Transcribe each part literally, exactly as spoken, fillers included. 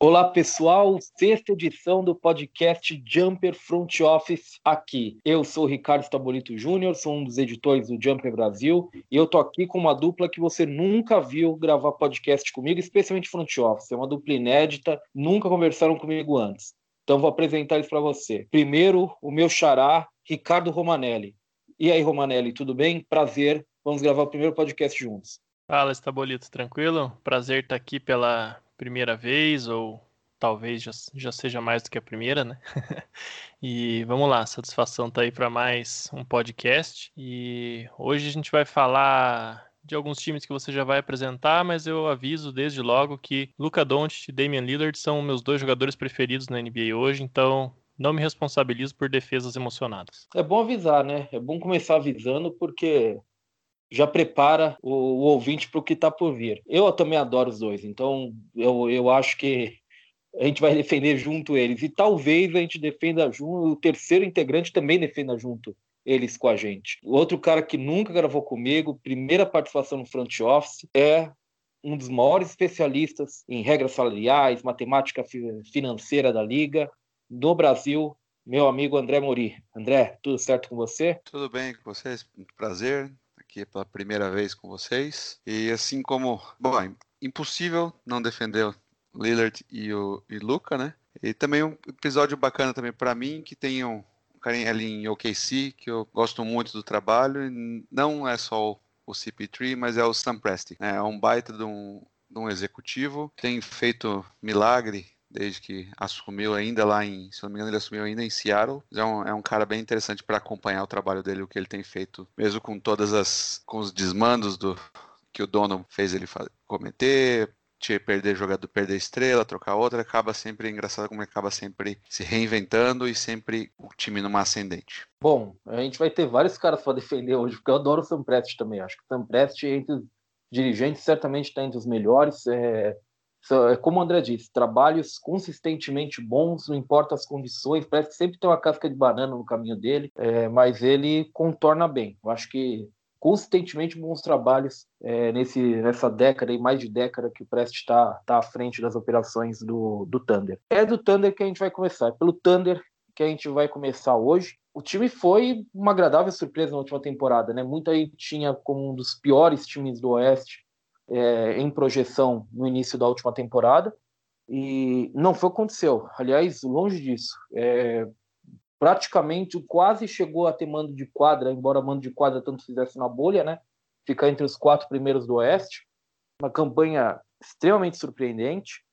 Olá pessoal, sexta edição do podcast Jumper Front Office aqui. Eu sou o Ricardo Stabolito Júnior, sou um dos editores do Jumper Brasil e eu tô aqui com uma dupla que você nunca viu gravar podcast comigo, especialmente Front Office. É uma dupla inédita, nunca conversaram comigo antes. Então vou apresentar eles para você. Primeiro, o meu xará, Ricardo Romanelli. E aí, Romanelli, tudo bem? Prazer, vamos gravar o primeiro podcast juntos. Fala, Stabolito, tranquilo? Prazer estar aqui pela primeira vez, ou talvez já, já seja mais do que a primeira, né? E vamos lá, satisfação tá aí para mais um podcast. E hoje a gente vai falar de alguns times que você já vai apresentar, mas eu aviso desde logo que Luka Doncic e Damian Lillard são meus dois jogadores preferidos na N B A hoje, então não me responsabilizo por defesas emocionadas. É bom avisar, né? É bom começar avisando porque já prepara o, o ouvinte para o que está por vir. Eu também adoro os dois, então eu, eu acho que a gente vai defender junto eles. E talvez a gente defenda junto, o terceiro integrante também defenda junto eles com a gente. O outro cara que nunca gravou comigo, primeira participação no front office, é um dos maiores especialistas em regras salariais, matemática financeira da liga, no Brasil, meu amigo André Mori. André, tudo certo com você? Tudo bem com vocês? Muito prazer aqui pela primeira vez com vocês. E assim como, bom, é impossível não defender o Lillard e o e Luka, né? E também um episódio bacana também para mim, que tem um carinha ali em O K C, que eu gosto muito do trabalho, e não é só o C P três, mas é o Sam Presti, né? É um baita de um, de um executivo, tem feito milagre desde que assumiu ainda lá em, se não me engano, ele assumiu ainda em Seattle. É um, é um cara bem interessante para acompanhar o trabalho dele, o que ele tem feito, mesmo com todas as, com os desmandos do que o dono fez ele fazer, cometer, perder jogador, perder estrela, trocar outra, acaba sempre, engraçado como ele acaba sempre se reinventando e sempre o time numa ascendente. Bom, a gente vai ter vários caras para defender hoje, porque eu adoro o Sam Presti também. Acho que o Sam Presti, entre os dirigentes, certamente está entre os melhores. É, é como o André disse, trabalhos consistentemente bons, não importa as condições, parece que sempre tem uma casca de banana no caminho dele, é, mas ele contorna bem. Eu acho que consistentemente bons trabalhos é, nesse, nessa década e mais de década que o Presti está tá à frente das operações do, do Thunder. É do Thunder que a gente vai começar, é pelo Thunder que a gente vai começar hoje. O time foi uma agradável surpresa na última temporada, né? Muita gente tinha como um dos piores times do Oeste é, em projeção no início da última temporada, e não foi o que aconteceu. Aliás, longe disso. É, praticamente quase chegou a ter mando de quadra, embora mando de quadra tanto fizesse na bolha, né? Ficar entre os quatro primeiros do Oeste. Uma campanha extremamente surpreendente.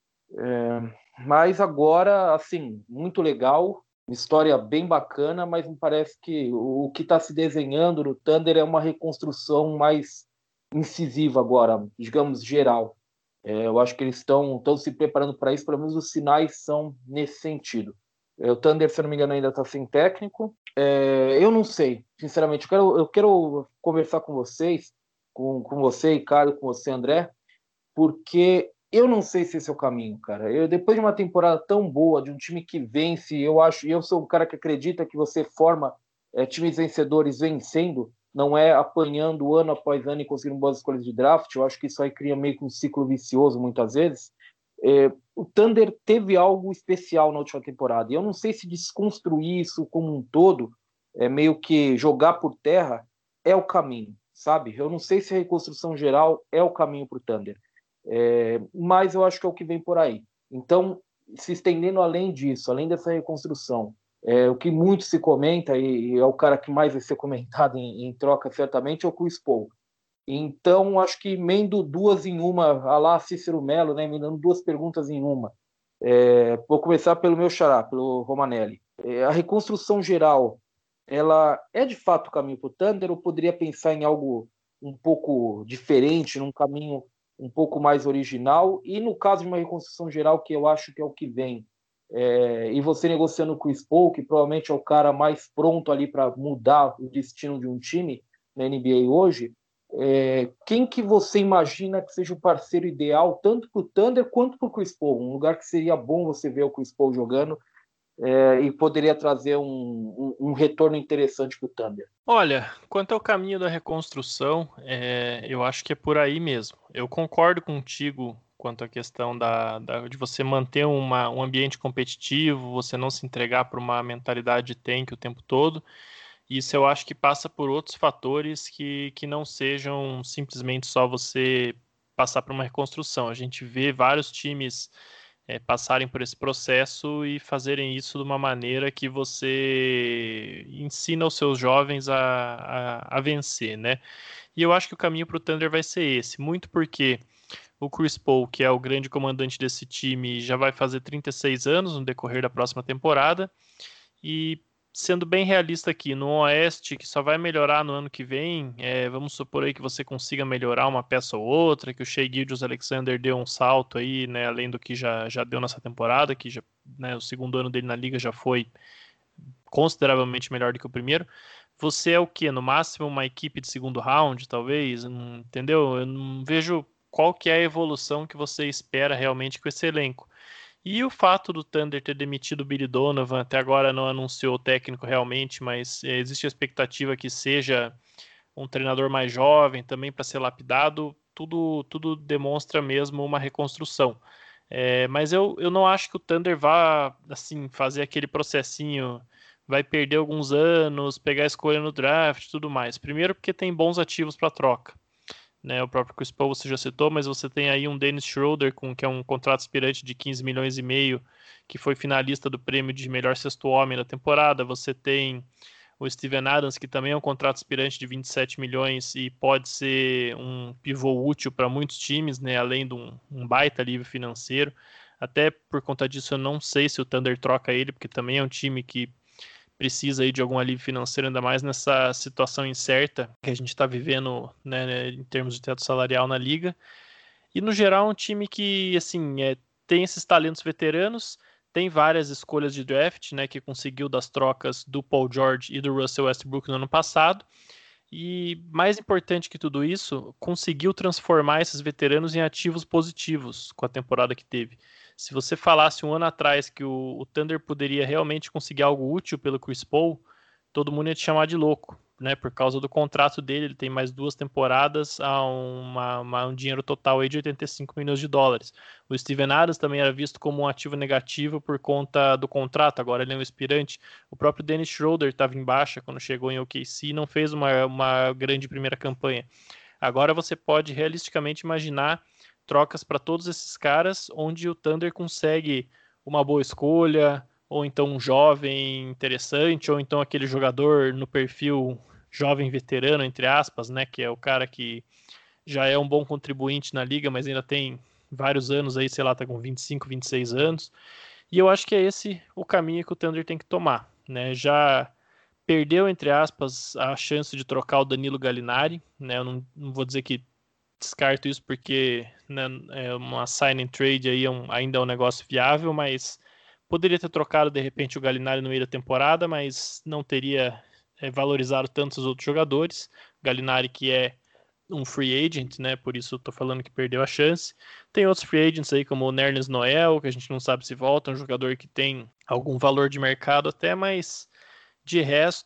É, mas agora, assim, muito legal. Uma história bem bacana, mas me parece que o que está se desenhando no Thunder é uma reconstrução mais incisiva agora, digamos, geral. É, eu acho que eles estão se preparando para isso, pelo menos os sinais são nesse sentido. É, o Thunder, se eu não me engano, ainda está sem técnico. É, eu não sei, sinceramente. Eu quero, eu quero conversar com vocês, com, com você, Ricardo, com você, André, porque eu não sei se esse é o caminho, cara. Eu, depois de uma temporada tão boa, de um time que vence, eu acho, e eu sou um cara que acredita que você forma é, times vencedores vencendo, não é apanhando ano após ano e conseguindo boas escolhas de draft. Eu acho que isso aí cria meio que um ciclo vicioso muitas vezes. É, o Thunder teve algo especial na última temporada, e eu não sei se desconstruir isso como um todo, é meio que jogar por terra, é o caminho, sabe? Eu não sei se a reconstrução geral é o caminho para o Thunder. É, mas eu acho que é o que vem por aí. Então, se estendendo além disso, além dessa reconstrução, é, o que muito se comenta, e, e é o cara que mais vai ser comentado em, em troca, certamente, é o Chris Paul. Então, acho que emendo duas em uma, a lá Cícero Melo, né, emendando duas perguntas em uma. É, vou começar pelo meu xará, pelo Romanelli. É, a reconstrução geral, ela é de fato o caminho para o Thunder, ou poderia pensar em algo um pouco diferente, num caminho um pouco mais original? E no caso de uma reconstrução geral, que eu acho que é o que vem, é, e você negociando com o Chris Paul, que provavelmente é o cara mais pronto ali para mudar o destino de um time na N B A hoje, é, quem que você imagina que seja o parceiro ideal, tanto para o Thunder quanto para o Chris Paul? Um lugar que seria bom você ver o Chris Paul jogando é, e poderia trazer um, um, um retorno interessante para o Thunder. Olha, quanto ao caminho da reconstrução, é, eu acho que é por aí mesmo. Eu concordo contigo quanto à questão da, da- de você manter uma, um ambiente competitivo, você não se entregar para uma mentalidade de tank o tempo todo. Isso eu acho que passa por outros fatores que, que não sejam simplesmente só você passar por uma reconstrução. A gente vê vários times é, passarem por esse processo e fazerem isso de uma maneira que você ensina os seus jovens a, a, a vencer, né? E eu acho que o caminho para o Thunder vai ser esse, muito porque o Chris Paul, que é o grande comandante desse time, já vai fazer trinta e seis anos no decorrer da próxima temporada. E sendo bem realista aqui, no Oeste, que só vai melhorar no ano que vem, é, vamos supor aí que você consiga melhorar uma peça ou outra, que o Shai Gilgeous-Alexander deu um salto aí, né, além do que já, já deu nessa temporada, que já, né, o segundo ano dele na liga já foi consideravelmente melhor do que o primeiro. Você é o quê? No máximo uma equipe de segundo round, talvez? Não- Entendeu? Eu não vejo qual que é a evolução que você espera realmente com esse elenco. E o fato do Thunder ter demitido o Billy Donovan, até agora não anunciou o técnico realmente, mas é, existe a expectativa que seja um treinador mais jovem também para ser lapidado, tudo, tudo demonstra mesmo uma reconstrução. É, mas eu, eu não acho que o Thunder vá assim, fazer aquele processinho, vai perder alguns anos, pegar a escolha no draft e tudo mais. Primeiro porque tem bons ativos para troca, né? O próprio Chris Paul você já citou, mas você tem aí um Dennis Schroeder, com, que é um contrato aspirante de quinze milhões e meio, que foi finalista do prêmio de melhor sexto homem da temporada. Você tem o Steven Adams, que também é um contrato aspirante de vinte e sete milhões e pode ser um pivô útil para muitos times, né? Além de um, um baita alívio financeiro. Até por conta disso, eu não sei se o Thunder troca ele, porque também é um time que precisa aí de algum alívio financeiro, ainda mais nessa situação incerta que a gente está vivendo, né, né, em termos de teto salarial na liga. E no geral é um time que assim é, tem esses talentos veteranos, tem várias escolhas de draft, né, que conseguiu das trocas do Paul George e do Russell Westbrook no ano passado. E mais importante que tudo isso, conseguiu transformar esses veteranos em ativos positivos com a temporada que teve. Se você falasse um ano atrás que o, o Thunder poderia realmente conseguir algo útil pelo Chris Paul, todo mundo ia te chamar de louco, né? Por causa do contrato dele, ele tem mais duas temporadas a uma, uma, um dinheiro total aí de oitenta e cinco milhões de dólares. O Steven Adams também era visto como um ativo negativo por conta do contrato, agora ele é um aspirante. O próprio Dennis Schroeder estava em baixa quando chegou em O K C e não fez uma, uma grande primeira campanha. Agora você pode realisticamente imaginar trocas para todos esses caras, onde o Thunder consegue uma boa escolha, ou então um jovem interessante, ou então aquele jogador no perfil jovem veterano, entre aspas, né, que é o cara que já é um bom contribuinte na liga, mas ainda tem vários anos aí, sei lá, tá com vinte e cinco, vinte e seis anos. E eu acho que é esse o caminho que o Thunder tem que tomar, né? Já perdeu, entre aspas, a chance de trocar o Danilo Gallinari, né? Eu não, não vou dizer que descarto isso porque, né, é uma sign and trade aí é um, ainda é um negócio viável, mas poderia ter trocado de repente o Gallinari no meio da temporada, mas não teria é, valorizado tantos outros jogadores. Gallinari que é um free agent, né? Por isso eu tô falando que perdeu a chance. Tem outros free agents aí, como o Nerlens Noel, que a gente não sabe se volta, um jogador que tem algum valor de mercado até, mas de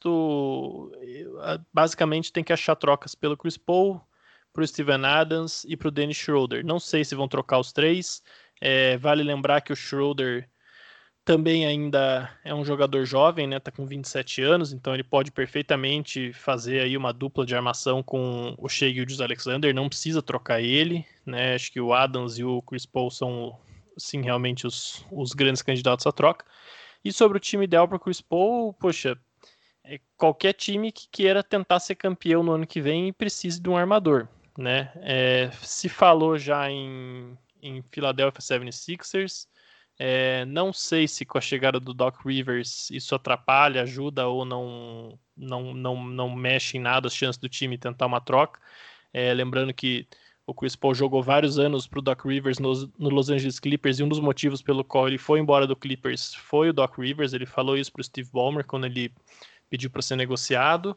resto, basicamente tem que achar trocas pelo Chris Paul, pro Steven Adams e pro Dennis Schroeder. Não sei se vão trocar os três. É, vale lembrar que o Schroeder também ainda é um jogador jovem, né? Tá com vinte e sete anos, então ele pode perfeitamente fazer aí uma dupla de armação com o Shai Gilgeous-Alexander, não precisa trocar ele, né? Acho que o Adams e o Chris Paul são, sim, realmente os, os grandes candidatos à troca. E sobre o time ideal para o Chris Paul, poxa, é qualquer time que queira tentar ser campeão no ano que vem e precise de um armador, né? É, se falou já em, em Philadelphia seventy-sixers, é, não sei se com a chegada do Doc Rivers isso atrapalha, ajuda ou não, não, não, não mexe em nada as chances do time tentar uma troca. É, lembrando que o Chris Paul jogou vários anos para o Doc Rivers no, no Los Angeles Clippers e um dos motivos pelo qual ele foi embora do Clippers foi o Doc Rivers. Ele falou isso para o Steve Ballmer quando ele pediu para ser negociado,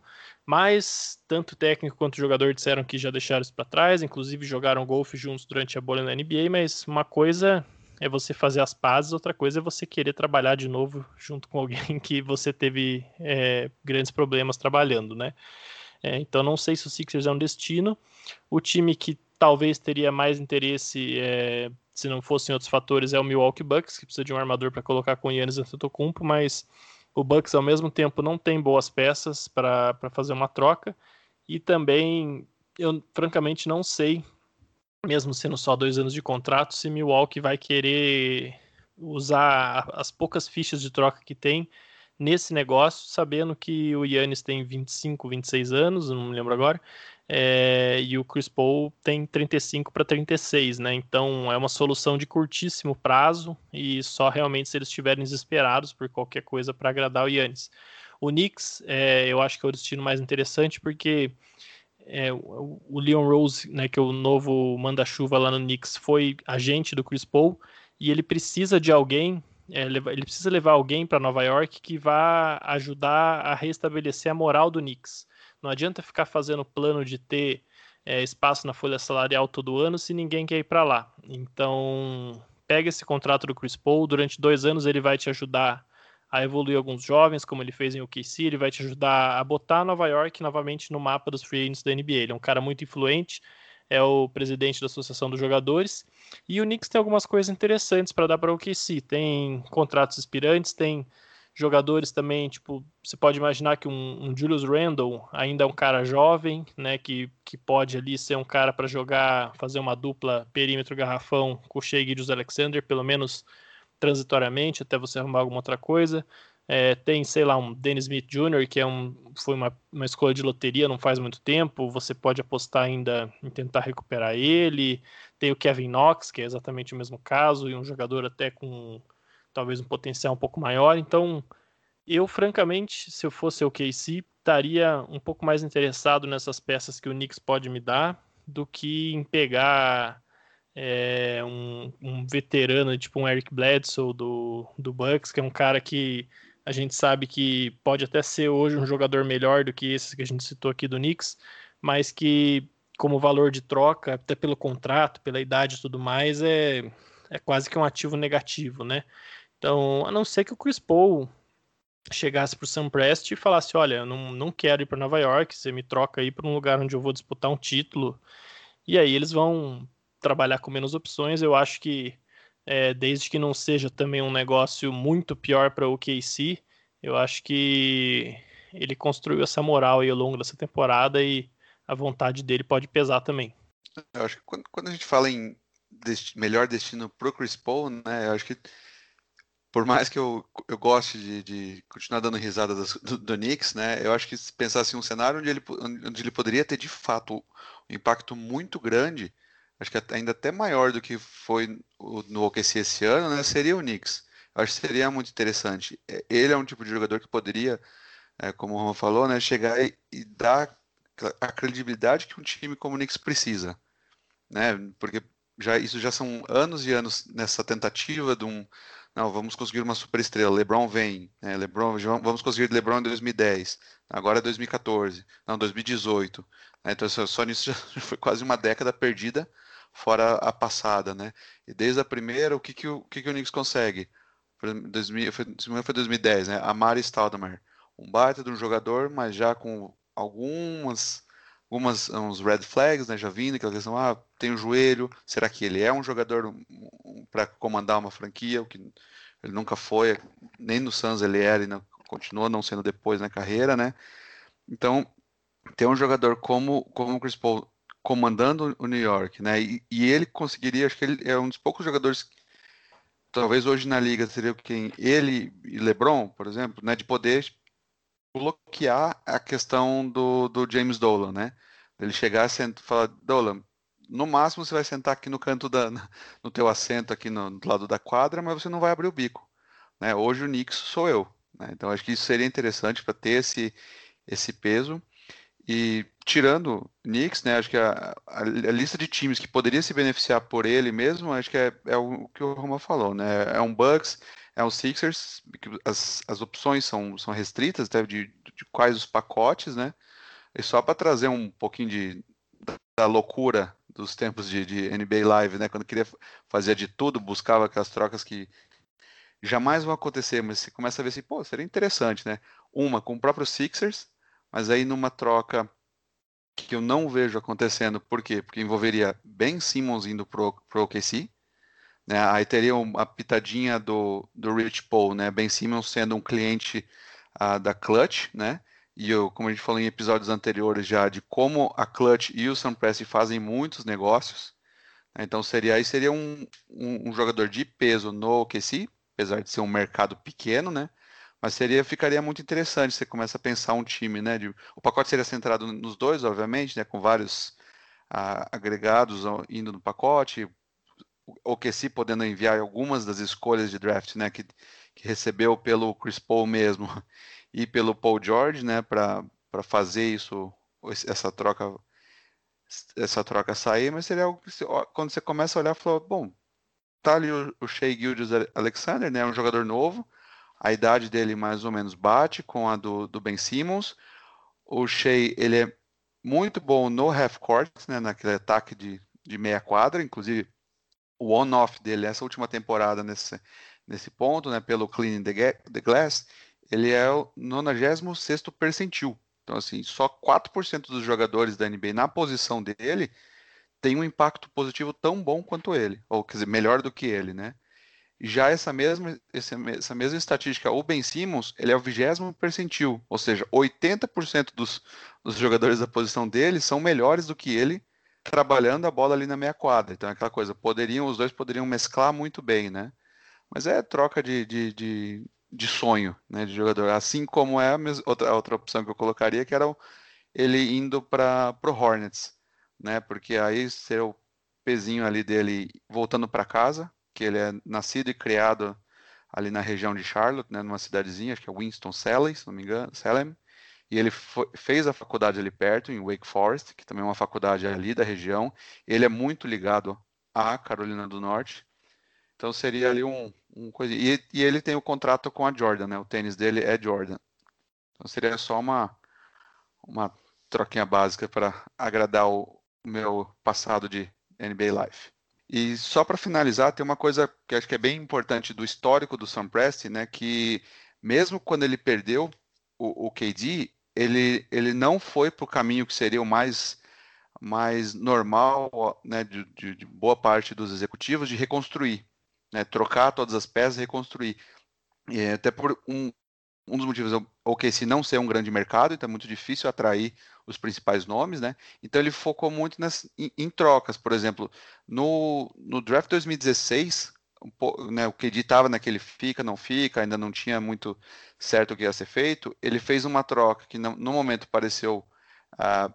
mas tanto o técnico quanto o jogador disseram que já deixaram isso para trás, inclusive jogaram golfe juntos durante a bolha na N B A, mas uma coisa é você fazer as pazes, outra coisa é você querer trabalhar de novo junto com alguém que você teve é, grandes problemas trabalhando, né? É, então não sei se o Sixers é um destino. O time que talvez teria mais interesse é, se não fossem outros fatores, é o Milwaukee Bucks, que precisa de um armador para colocar com o Giannis Antetokounmpo, mas o Bucks, ao mesmo tempo, não tem boas peças para fazer uma troca, e também, eu francamente não sei, mesmo sendo só dois anos de contrato, se Milwaukee vai querer usar as poucas fichas de troca que tem nesse negócio, sabendo que o Giannis tem vinte e cinco, vinte e seis anos, não me lembro agora, é, e o Chris Paul tem trinta e cinco para trinta e seis, né? Então é uma solução de curtíssimo prazo e só realmente se eles estiverem desesperados por qualquer coisa para agradar o Giannis. O Knicks, é, eu acho que é o destino mais interessante porque é, o, o Leon Rose, né, que é o novo manda-chuva lá no Knicks, foi agente do Chris Paul e ele precisa de alguém, é, ele precisa levar alguém para Nova York que vá ajudar a restabelecer a moral do Knicks. Não adianta ficar fazendo plano de ter é, espaço na folha salarial todo ano se ninguém quer ir para lá. Então, pega esse contrato do Chris Paul, durante dois anos ele vai te ajudar a evoluir alguns jovens, como ele fez em O K C, ele vai te ajudar a botar Nova York novamente no mapa dos free agents da N B A. Ele é um cara muito influente, é o presidente da Associação dos Jogadores, e o Knicks tem algumas coisas interessantes para dar para o O K C. Tem contratos expirantes, tem jogadores também, tipo, você pode imaginar que um, um Julius Randle ainda é um cara jovem, né, que, que pode ali ser um cara para jogar, fazer uma dupla perímetro-garrafão com o Shai Gilgeous-Alexander, pelo menos transitoriamente, até você arrumar alguma outra coisa. É, tem, sei lá, um Dennis Smith Júnior, que é um, foi uma, uma escolha de loteria não faz muito tempo, você pode apostar ainda em tentar recuperar ele. Tem o Kevin Knox, que é exatamente o mesmo caso, e um jogador até com talvez um potencial um pouco maior. Então, eu, francamente, se eu fosse o O K C, estaria um pouco mais interessado nessas peças que o Knicks pode me dar do que em pegar é, um, um veterano, tipo um Eric Bledsoe do, do Bucks, que é um cara que a gente sabe que pode até ser hoje um jogador melhor do que esses que a gente citou aqui do Knicks, mas que, como valor de troca, até pelo contrato, pela idade e tudo mais, é, é quase que um ativo negativo, né? Então, a não ser que o Chris Paul chegasse para o Sam Prest e falasse, olha, eu não, não quero ir para Nova York, você me troca aí para um lugar onde eu vou disputar um título, e aí eles vão trabalhar com menos opções. Eu acho que, é, desde que não seja também um negócio muito pior para o O K C, eu acho que ele construiu essa moral aí ao longo dessa temporada e a vontade dele pode pesar também. Eu acho que quando, quando a gente fala em desti- melhor destino pro Chris Paul, né, eu acho que por mais que eu, eu goste de, de continuar dando risada das- do, do Knicks, né, eu acho que se pensasse em um cenário onde ele, po- onde ele poderia ter de fato um impacto muito grande, acho que até- ainda até maior do que foi o- no O K C esse ano, né, seria o Knicks. Eu acho que seria muito interessante. É, Ele é um tipo de jogador que poderia, é, como o Roma falou, né, chegar e, e dar a credibilidade que um time como o Knicks precisa, né? Porque já, isso já são anos e anos nessa tentativa de um, não, vamos conseguir uma superestrela. LeBron vem, né? LeBron, já vamos conseguir LeBron em dois mil e dez, agora é dois mil e quatorze, não, dois mil e dezoito. Né? Então só, só nisso já foi quase uma década perdida, fora a passada, né? E desde a primeira, o que que o, o que que o Knicks consegue? Foi, dois mil, foi, se não me engano, foi dois mil e dez, né? Amari Stoudemire, um baita de um jogador, mas já com algumas algumas uns red flags, né, já vindo, aquela questão, ah, tem o joelho, será que ele é um jogador um, um, para comandar uma franquia, o que ele nunca foi, nem no Suns ele era e não, continua não sendo depois na carreira, né? Então, ter um jogador como como o Chris Paul comandando o New York, né? E, e ele conseguiria, acho que ele é um dos poucos jogadores, talvez hoje na liga seria quem ele e LeBron, por exemplo, né, de poder bloquear a questão do, do James Dolan, né? Ele chegar e falar, Dolan, no máximo você vai sentar aqui no canto da, no teu assento aqui no, do lado da quadra, mas você não vai abrir o bico, né? Hoje o Knicks sou eu, né? Então acho que isso seria interessante para ter esse esse peso e tirando o Knicks, né? Acho que a, a, a lista de times que poderia se beneficiar por ele mesmo, acho que é, é o que o Roma falou, né? É um Bucks, é um Sixers, que as, as opções são, são restritas, até de, de quais os pacotes, né? E só para trazer um pouquinho de, da loucura dos tempos de, de N B A Live, né? Quando queria fazer de tudo, buscava aquelas trocas que jamais vão acontecer, mas você começa a ver assim, pô, seria interessante, né? Uma com o próprio Sixers, mas aí numa troca que eu não vejo acontecendo, por quê? Porque envolveria Ben Simmons indo pro, pro O K C, né? Aí teria uma pitadinha do, do Rich Paul, né? Ben Simmons sendo um cliente uh, da Clutch, né? E eu, como a gente falou em episódios anteriores já, de como a Clutch e o Sam Presti fazem muitos negócios, né? Então seria aí seria um, um, um jogador de peso no O K C, apesar de ser um mercado pequeno, né? Mas seria, ficaria muito interessante. Você começa a pensar um time, né? De, o pacote seria centrado nos dois, obviamente, né? Com vários uh, agregados indo no pacote, o O K C podendo enviar algumas das escolhas de draft, né, que, que recebeu pelo Chris Paul mesmo e pelo Paul George, né, para para fazer isso, essa troca essa troca sair, mas seria algo que você, quando você começa a olhar, falou, bom, tá ali o, o Shai Gilgeous-Alexander, né, um jogador novo, a idade dele mais ou menos bate com a do, do Ben Simmons. O Shai, ele é muito bom no half court, né, naquele ataque de, de meia quadra, inclusive o on-off dele essa última temporada nesse, nesse ponto, né, pelo Cleaning the, the Glass, ele é o nonagésimo sexto percentil. Então, assim, só quatro por cento dos jogadores da N B A na posição dele tem um impacto positivo tão bom quanto ele, ou quer dizer, melhor do que ele, né? Já essa mesma, essa mesma estatística, o Ben Simmons, ele é o vigésimo percentil, ou seja, oitenta por cento dos, dos jogadores da posição dele são melhores do que ele trabalhando a bola ali na meia quadra. Então é aquela coisa, poderiam, os dois poderiam mesclar muito bem, né? Mas é troca de, de, de, de sonho, né, de jogador. Assim como é a, mes- outra, a outra opção que eu colocaria, que era o- ele indo para o Hornets, né? Porque aí ser o pezinho ali dele voltando para casa, que ele é nascido e criado ali na região de Charlotte, né, numa cidadezinha, acho que é Winston-Salem, se não me engano, Salem. E ele foi- fez a faculdade ali perto, em Wake Forest, que também é uma faculdade ali da região. Ele é muito ligado à Carolina do Norte. Então seria ali um, um coisa. E, e ele tem o contrato com a Jordan, né? O tênis dele é Jordan. Então seria só uma, uma troquinha básica para agradar o, o meu passado de N B A Life. E só para finalizar, tem uma coisa que acho que é bem importante do histórico do Sam Presti, né? Que mesmo quando ele perdeu o, o K D, ele, ele não foi para o caminho que seria o mais, mais normal, né? De, de, de boa parte dos executivos de reconstruir, né? Trocar todas as peças e reconstruir. E é até por um, um dos motivos é o O K C não ser um grande mercado, então é muito difícil atrair os principais nomes, né? Então ele focou muito nas, em, em trocas, por exemplo, no, no draft dois mil e dezesseis, um po- né, o K D estava naquele fica, não fica, ainda não tinha muito certo o que ia ser feito. Ele fez uma troca que no, no momento pareceu ah,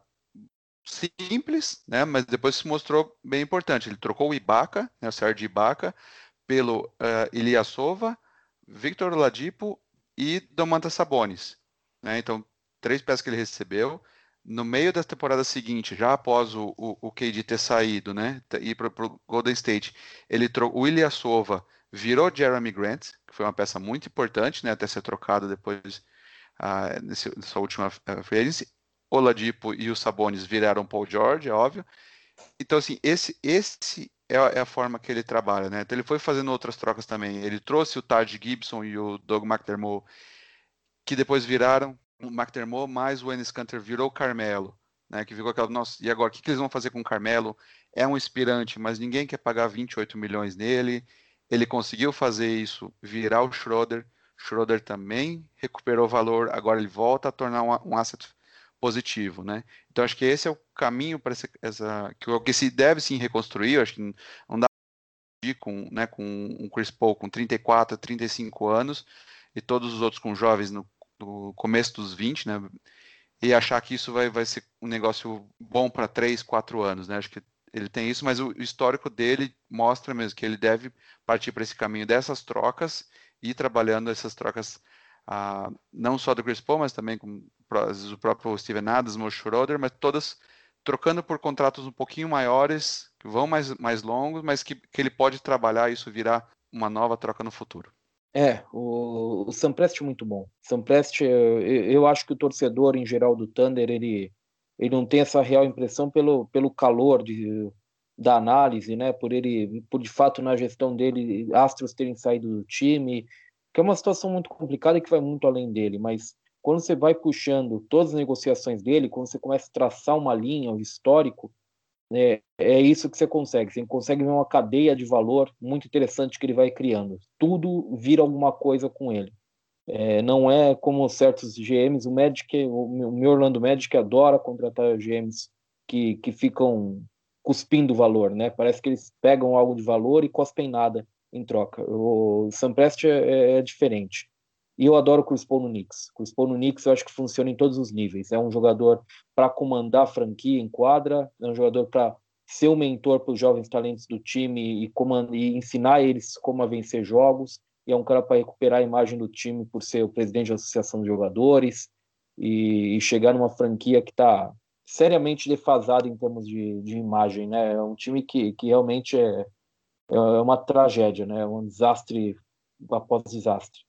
simples, né? Mas depois se mostrou bem importante. Ele trocou o Ibaka, né, o Serge Ibaka, pelo uh, Ilyasova, Victor Oladipo e Domantas Sabonis, né? Então, três peças que ele recebeu. No meio da temporada seguinte, já após o, o, o K D ter saído, né, ir para o Golden State, ele trocou o Ilyasova, virou Jeremy Grant, que foi uma peça muito importante, né, até ser trocado depois uh, nesse, nessa última uh, free agency. Oladipo e o Sabonis viraram Paul George, é óbvio. Então, assim, esse, esse é a, é a forma que ele trabalha, né? Então, ele foi fazendo outras trocas também. Ele trouxe o Taj Gibson e o Doug McDermott, que depois viraram o McDermott, mais o Enes Kanter virou o Carmelo, né? Que ficou aquela, nossa, e agora, o que, que eles vão fazer com o Carmelo? É um inspirante, mas ninguém quer pagar vinte e oito milhões nele. Ele conseguiu fazer isso, virar o Schroeder. Schroeder também recuperou valor, agora ele volta a tornar um, um asset positivo, né? Então acho que esse é o caminho para essa, essa que o que se deve sim reconstruir. Eu acho que não dá para ir com, né, com um Chris Paul com trinta e quatro, trinta e cinco anos e todos os outros com jovens no, no começo dos vinte, né? E achar que isso vai, vai ser um negócio bom para três, quatro anos, né? Acho que ele tem isso, mas o histórico dele mostra mesmo que ele deve partir para esse caminho dessas trocas e ir trabalhando essas trocas, ah, não só do Chris Paul, mas também com às vezes, o próprio Steven Adams, o Schroeder, mas todas trocando por contratos um pouquinho maiores, que vão mais, mais longos, mas que, que ele pode trabalhar e isso virar uma nova troca no futuro. É, o, o Sam Presti é muito bom. Sam Presti, eu, eu acho que o torcedor em geral do Thunder, ele, ele não tem essa real impressão pelo, pelo calor de, da análise, né? Por ele, por de fato na gestão dele, astros terem saído do time, que é uma situação muito complicada e que vai muito além dele. Mas quando você vai puxando todas as negociações dele, quando você começa a traçar uma linha, o histórico, É, é isso que você consegue. Você consegue ver uma cadeia de valor muito interessante que ele vai criando. Tudo vira alguma coisa com ele. É, não é como certos G Ms. O Magic, o meu Orlando Magic adora contratar G Ms que, que ficam cuspindo valor, né? Parece que eles pegam algo de valor e cospem nada em troca. O Sam Prest é, é diferente. E eu adoro o Chris Paul no Knicks. O Chris Paul no Knicks eu acho que funciona em todos os níveis. É um jogador para comandar a franquia em quadra, é um jogador para ser o mentor para os jovens talentos do time e, comand... e ensinar eles como a vencer jogos. E é um cara para recuperar a imagem do time por ser o presidente da associação de jogadores e, e chegar numa franquia que está seriamente defasada em termos de, de imagem, né? É um time que, que realmente é, é uma tragédia, né? É um desastre após desastre.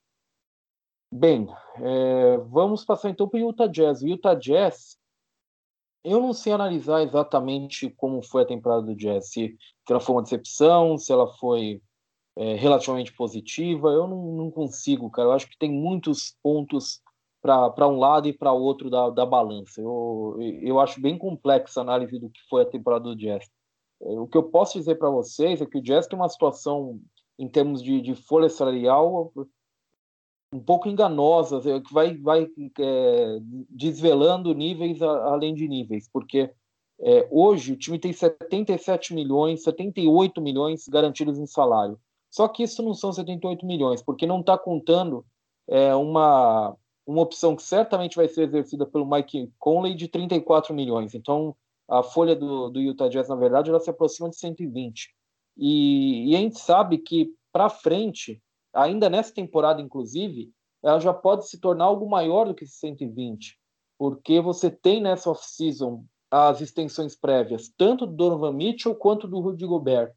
Bem, é, vamos passar então para o Utah Jazz. O Utah Jazz, eu não sei analisar exatamente como foi a temporada do Jazz, se, se ela foi uma decepção, se ela foi é, relativamente positiva, eu não, não consigo, cara. Eu acho que tem muitos pontos para um lado e para outro da, da balança. Eu, eu acho bem complexa a análise do que foi a temporada do Jazz. É, o que eu posso dizer para vocês é que o Jazz tem uma situação, em termos de, de folha salarial, um pouco enganosas, que vai, vai é, desvelando níveis a, além de níveis, porque é, hoje o time tem setenta e sete milhões, setenta e oito milhões garantidos em salário. Só que isso não são setenta e oito milhões, porque não está contando é, uma, uma opção que certamente vai ser exercida pelo Mike Conley de trinta e quatro milhões. Então, a folha do, do Utah Jazz, na verdade, ela se aproxima de cento e vinte. E, e a gente sabe que, para frente, ainda nessa temporada, inclusive, ela já pode se tornar algo maior do que cento e vinte, porque você tem nessa off-season as extensões prévias, tanto do Donovan Mitchell quanto do Rudy Gobert,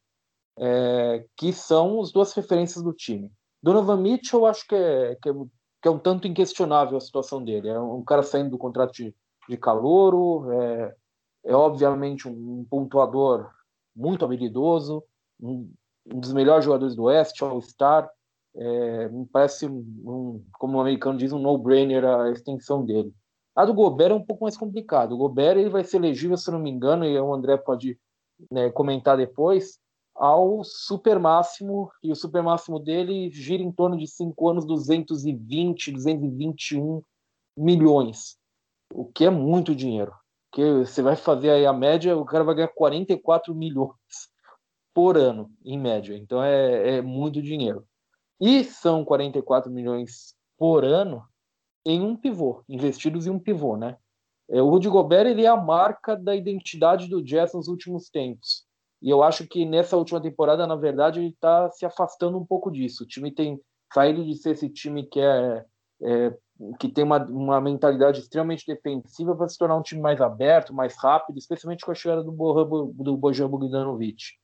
é, que são as duas referências do time. Donovan Mitchell, eu acho que é, que é, que é um tanto inquestionável a situação dele. É um cara saindo do contrato de, de calouro, é, é obviamente um, um pontuador muito habilidoso, um, um dos melhores jogadores do Oeste, All-Star. É, me parece, um, um, como o americano diz, um no-brainer a extensão dele. A do Gobert é um pouco mais complicado. O Gobert ele vai ser elegível, se não me engano, e o André pode, né, comentar depois, ao super máximo, e o super máximo dele gira em torno de cinco anos, duzentos e vinte, duzentos e vinte e um milhões, o que é muito dinheiro. Porque você vai fazer aí a média, o cara vai ganhar quarenta e quatro milhões por ano, em média. Então é, é muito dinheiro. E são quarenta e quatro milhões por ano em um pivô, investidos em um pivô, né? É, o Rudy Gobert ele é a marca da identidade do Jazz nos últimos tempos. E eu acho que nessa última temporada, na verdade, ele está se afastando um pouco disso. O time tem saído de ser esse time que é, é que tem uma, uma mentalidade extremamente defensiva para se tornar um time mais aberto, mais rápido, especialmente com a chegada do, Bojan, do Bojan Bogdanovic.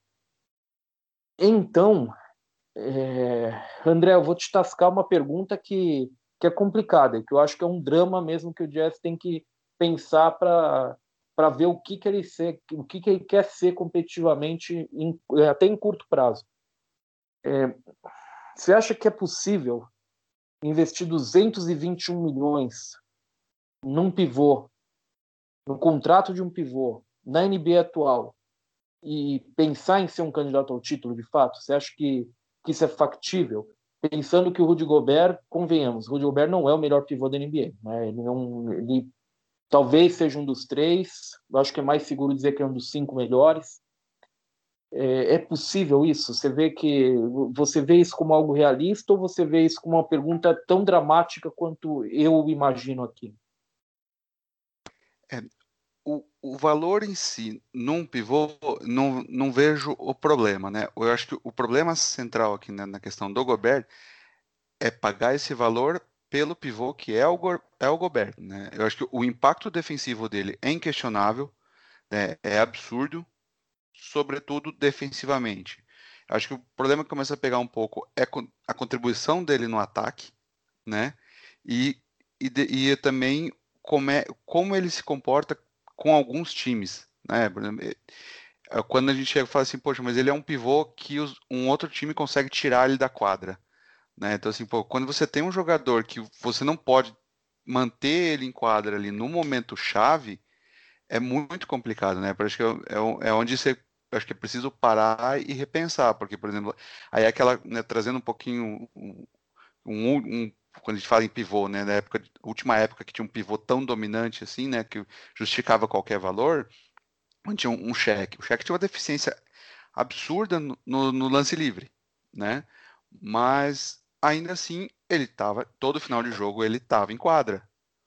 Então, é, André, eu vou te tascar uma pergunta que, que é complicada, que eu acho que é um drama mesmo que o Jazz tem que pensar para para ver o que, que ele ser, o que, que ele quer ser competitivamente em, até em curto prazo. É, você acha que é possível investir duzentos e vinte e um milhões num pivô, no contrato de um pivô, na N B A atual, e pensar em ser um candidato ao título de fato? Você acha que, que isso é factível? Pensando que o Rudy Gobert, convenhamos, o Rudy Gobert não é o melhor pivô da N B A, né? Ele não, ele talvez seja um dos três, eu acho que é mais seguro dizer que é um dos cinco melhores. É, é possível isso? Você vê que você vê isso como algo realista ou você vê isso como uma pergunta tão dramática quanto eu imagino aqui? É, o, o valor em si, num pivô, não, não vejo o problema, né? Eu acho que o problema central aqui, né, na questão do Gobert é pagar esse valor pelo pivô que é o, Go- é o Gobert, né? Eu acho que o impacto defensivo dele é inquestionável, né? É absurdo, sobretudo defensivamente. Eu acho que o problema que começa a pegar um pouco é con- a contribuição dele no ataque, né? E, e, de- e também como, é, como ele se comporta com alguns times, né? Por exemplo, eh, eh, quando a gente chega e fala assim, poxa, mas ele é um pivô que os- um outro time consegue tirar ele da quadra, né? Então, assim, pô, quando você tem um jogador que você não pode manter ele em quadra ali no momento chave, é muito complicado, né? Acho que é, é, é onde você acho que é preciso parar e repensar, porque, por exemplo, aí é aquela, né, trazendo um pouquinho um, um, um, quando a gente fala em pivô, né, na época, última época que tinha um pivô tão dominante assim, né, que justificava qualquer valor, onde tinha um, um cheque. O cheque tinha uma deficiência absurda no, no, no lance livre, né? Mas ainda assim ele estava todo final de jogo ele estava em quadra,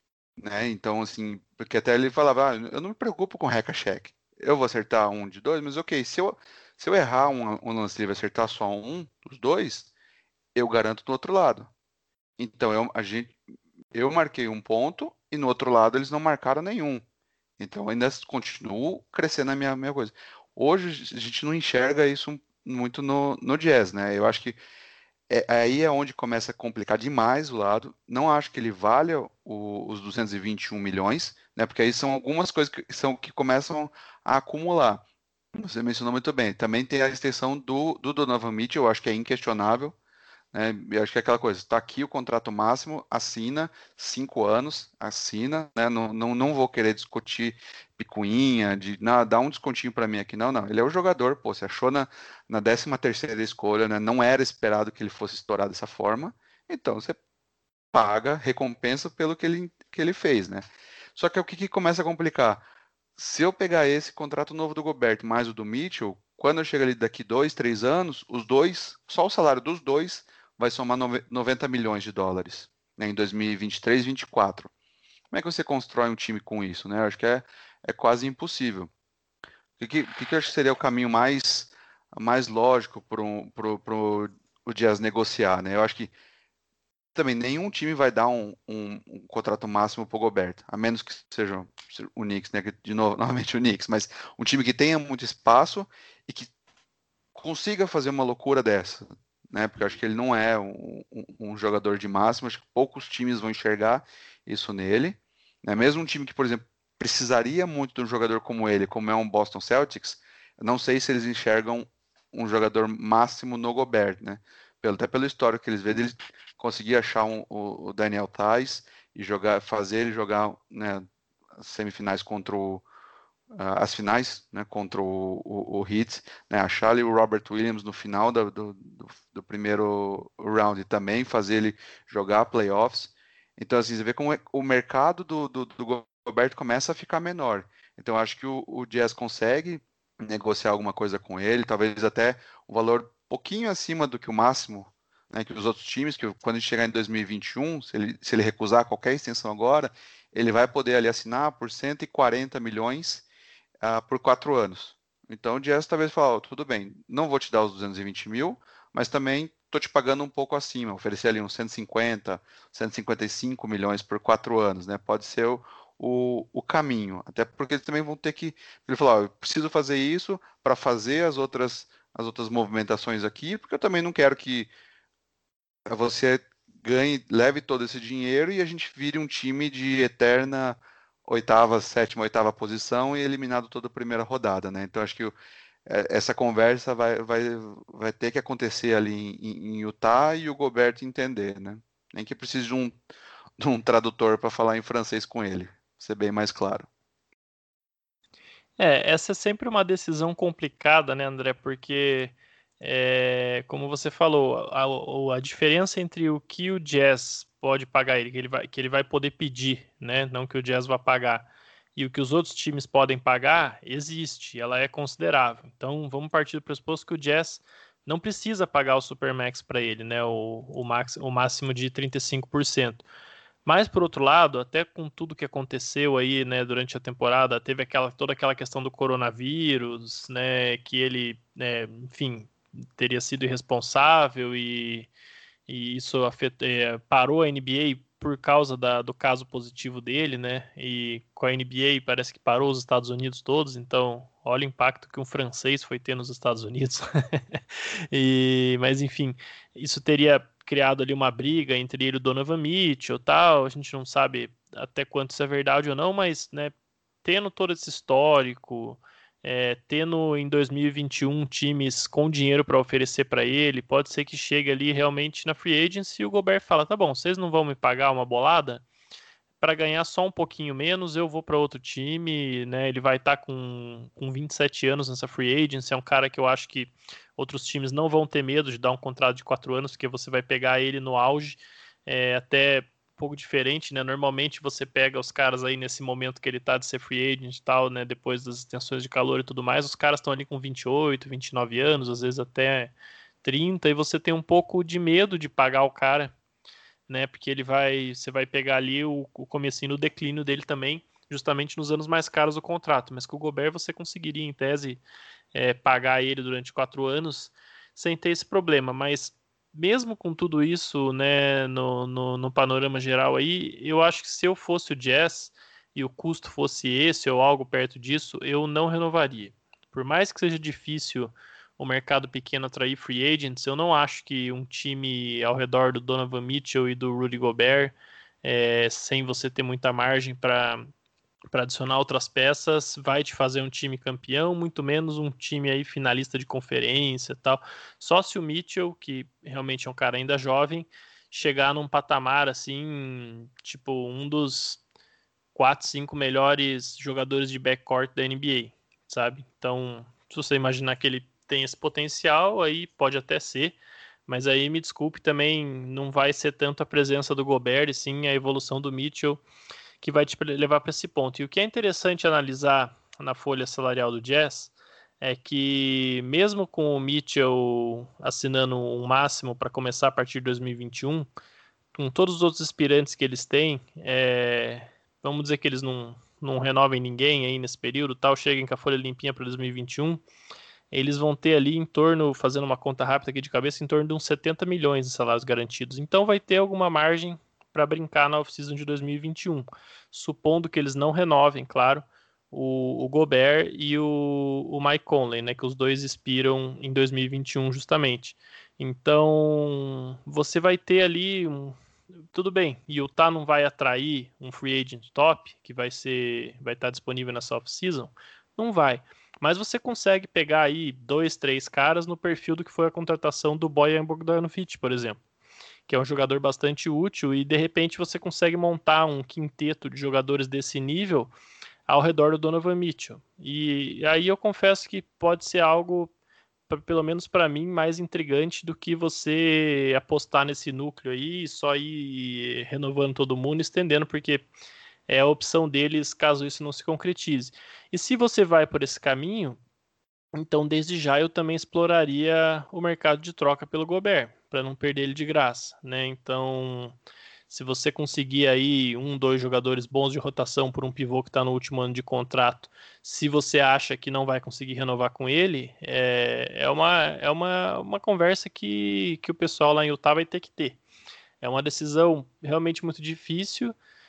né? Então assim, porque até ele falava, ah, eu não me preocupo com reca-cheque. Eu vou acertar um de dois, mas ok, se eu, se eu errar um, um lance livre e acertar só um dos dois, eu garanto do outro lado. Então eu, a gente, eu marquei um ponto e no outro lado eles não marcaram nenhum. Então ainda continuo crescendo a minha, minha coisa. Hoje a gente não enxerga isso muito no, no jazz, né? Eu acho que é, aí é onde começa a complicar demais o lado. Não acho que ele valha o- os duzentos e vinte e um milhões, né? Porque aí são algumas coisas que são que começam a acumular. Você mencionou muito bem. Também tem a extensão do, do Donovan Mitchell, eu acho que é inquestionável, né? Eu acho que é aquela coisa, está aqui o contrato máximo, assina, cinco anos, assina, né? Não, não, não vou querer discutir picuinha, de não, dá um descontinho para mim aqui, não, não. Ele é o jogador, pô, você achou na, na décima terceira escolha, né? Não era esperado que ele fosse estourar dessa forma, então você paga, recompensa pelo que ele, que ele fez, né? Só que o que, que começa a complicar? Se eu pegar esse contrato novo do Gobert mais o do Mitchell, quando eu chego ali daqui dois, três anos, os dois, só o salário dos dois vai somar noventa milhões de dólares, né, em dois mil e vinte e três, vinte e quatro. Como é que você constrói um time com isso, né? Eu acho que é, é quase impossível. O que, que, que eu acho que seria o caminho mais, mais lógico para um, pro, pro, o Jazz negociar, né? Eu acho que também nenhum time vai dar um, um, um contrato máximo para o Gobert, a menos que seja o Knicks, né? De novo, novamente o Knicks, mas um time que tenha muito espaço e que consiga fazer uma loucura dessa, né? Porque eu acho que ele não é um, um, um jogador de máximo, acho que poucos times vão enxergar isso nele, né? Mesmo um time que, por exemplo, precisaria muito de um jogador como ele, como é um Boston Celtics, eu não sei se eles enxergam um jogador máximo no Gobert, né? Pelo, até pelo histórico que eles vêem, eles conseguir achar um, o, o Daniel Tais e jogar, fazer ele jogar, né, as semifinais contra o, uh, as finais, né, contra o, o, o Heat, né, achar ali o Robert Williams no final do, do, do, do primeiro round e também fazer ele jogar playoffs. Então, assim, você vê como é, o mercado do, do, do Gobert começa a ficar menor. Então, acho que o, o Jazz consegue negociar alguma coisa com ele, talvez até um valor pouquinho acima do que o máximo, né, que os outros times, que quando a gente chegar em dois mil e vinte e um, se ele, se ele recusar qualquer extensão agora, ele vai poder ali assinar por cento e quarenta milhões uh, por quatro anos. Então o Jazz talvez fale, oh, tudo bem, não vou te dar os duzentos e vinte mil, mas também estou te pagando um pouco acima, oferecer ali uns cento e cinquenta, cento e cinquenta e cinco milhões por quatro anos, né? Pode ser o, o, o caminho, até porque eles também vão ter que, ele falou, oh, eu preciso fazer isso para fazer as outras, as outras movimentações aqui, porque eu também não quero que você ganhe, leve todo esse dinheiro e a gente vire um time de eterna oitava, sétima, oitava posição e eliminado toda a primeira rodada, né? Então acho que o, é, essa conversa vai, vai, vai ter que acontecer ali em, em Utah e o Gobert entender, né? Nem que precise de um, de um tradutor para falar em francês com ele, ser bem mais claro. É, essa é sempre uma decisão complicada, né, André? Porque, é, como você falou, a, a diferença entre o que o Jazz pode pagar ele, que ele vai, que ele vai poder pedir, né? Não que o Jazz vá pagar, e o que os outros times podem pagar, existe, ela é considerável. Então, vamos partir do pressuposto que o Jazz não precisa pagar o Supermax para ele, né? O, o, max, o máximo de trinta e cinco por cento. Mas, por outro lado, até com tudo que aconteceu aí, né, durante a temporada, teve aquela, toda aquela questão do coronavírus, né, que ele, né, enfim, teria sido irresponsável e, e isso afet, é, parou a N B A por causa da, do caso positivo dele, né, e com a N B A parece que parou os Estados Unidos todos, então olha o impacto que um francês foi ter nos Estados Unidos. e, mas, enfim, isso teria criado ali uma briga entre ele e o Donovan Mitchell, tal, a gente não sabe até quanto isso é verdade ou não, mas, né, tendo todo esse histórico, é, tendo em dois mil e vinte e um times com dinheiro para oferecer para ele, pode ser que chegue ali realmente na free agency e o Gobert fala, tá bom, vocês não vão me pagar uma bolada? para ganhar só um pouquinho menos, eu vou para outro time, né? Ele vai estar tá com, com vinte e sete anos nessa free agency, é um cara que eu acho que outros times não vão ter medo de dar um contrato de quatro anos, porque você vai pegar ele no auge, é até um pouco diferente, né? Normalmente você pega os caras aí nesse momento que ele tá de ser free agent e tal, né? Depois das extensões de calor e tudo mais, os caras estão ali com vinte e oito, vinte e nove anos, às vezes até trinta, e você tem um pouco de medo de pagar o cara, né? Porque ele vai, você vai pegar ali o, o comecinho do declínio dele também, justamente nos anos mais caros do contrato. Mas com o Gobert você conseguiria, em tese, é, pagar ele durante quatro anos sem ter esse problema. Mas mesmo com tudo isso, né, no, no, no panorama geral aí, eu acho que se eu fosse o Jazz e o custo fosse esse ou algo perto disso, eu não renovaria. Por mais que seja difícil o mercado pequeno atrair free agents, eu não acho que um time ao redor do Donovan Mitchell e do Rudy Gobert, é, sem você ter muita margem para para adicionar outras peças, vai te fazer um time campeão, muito menos um time aí finalista de conferência e tal. Só se o Mitchell, que realmente é um cara ainda jovem, chegar num patamar assim, tipo um dos quatro, cinco melhores jogadores de backcourt da N B A, sabe? Então, se você imaginar que ele tem esse potencial, aí pode até ser, mas aí me desculpe também, não vai ser tanto a presença do Gobert, e sim a evolução do Mitchell que vai te levar para esse ponto. E o que é interessante analisar na folha salarial do Jazz é que mesmo com o Mitchell assinando um máximo para começar a partir de dois mil e vinte e um, com todos os outros aspirantes que eles têm, é, vamos dizer que eles não, não renovem ninguém aí nesse período, tal, cheguem com a folha limpinha para dois mil e vinte e um, eles vão ter ali em torno, fazendo uma conta rápida aqui de cabeça, em torno de uns setenta milhões de salários garantidos. Então vai ter alguma margem para brincar na off-season de dois mil e vinte e um, supondo que eles não renovem, claro, o, o Gobert e o, o Mike Conley, né, que os dois expiram em dois mil e vinte e um justamente. Então você vai ter ali um, tudo bem, Utah não vai atrair um free agent top que vai ser, vai estar disponível nessa off-season, não vai. Mas você consegue pegar aí dois, três caras no perfil do que foi a contratação do Bojan Bogdanovic, por exemplo, que é um jogador bastante útil e de repente você consegue montar um quinteto de jogadores desse nível ao redor do Donovan Mitchell. E aí eu confesso que pode ser algo, pelo menos para mim, mais intrigante do que você apostar nesse núcleo aí e só ir renovando todo mundo, estendendo, porque é a opção deles caso isso não se concretize. E se você vai por esse caminho, então desde já eu também exploraria o mercado de troca pelo Gobert, para não perder ele de graça, né? Então, se você conseguir aí um, dois jogadores bons de rotação por um pivô que está no último ano de contrato, se você acha que não vai conseguir renovar com ele, é, é, uma, é uma, uma conversa que, que o pessoal lá em Utah vai ter que ter. É uma decisão realmente muito difícil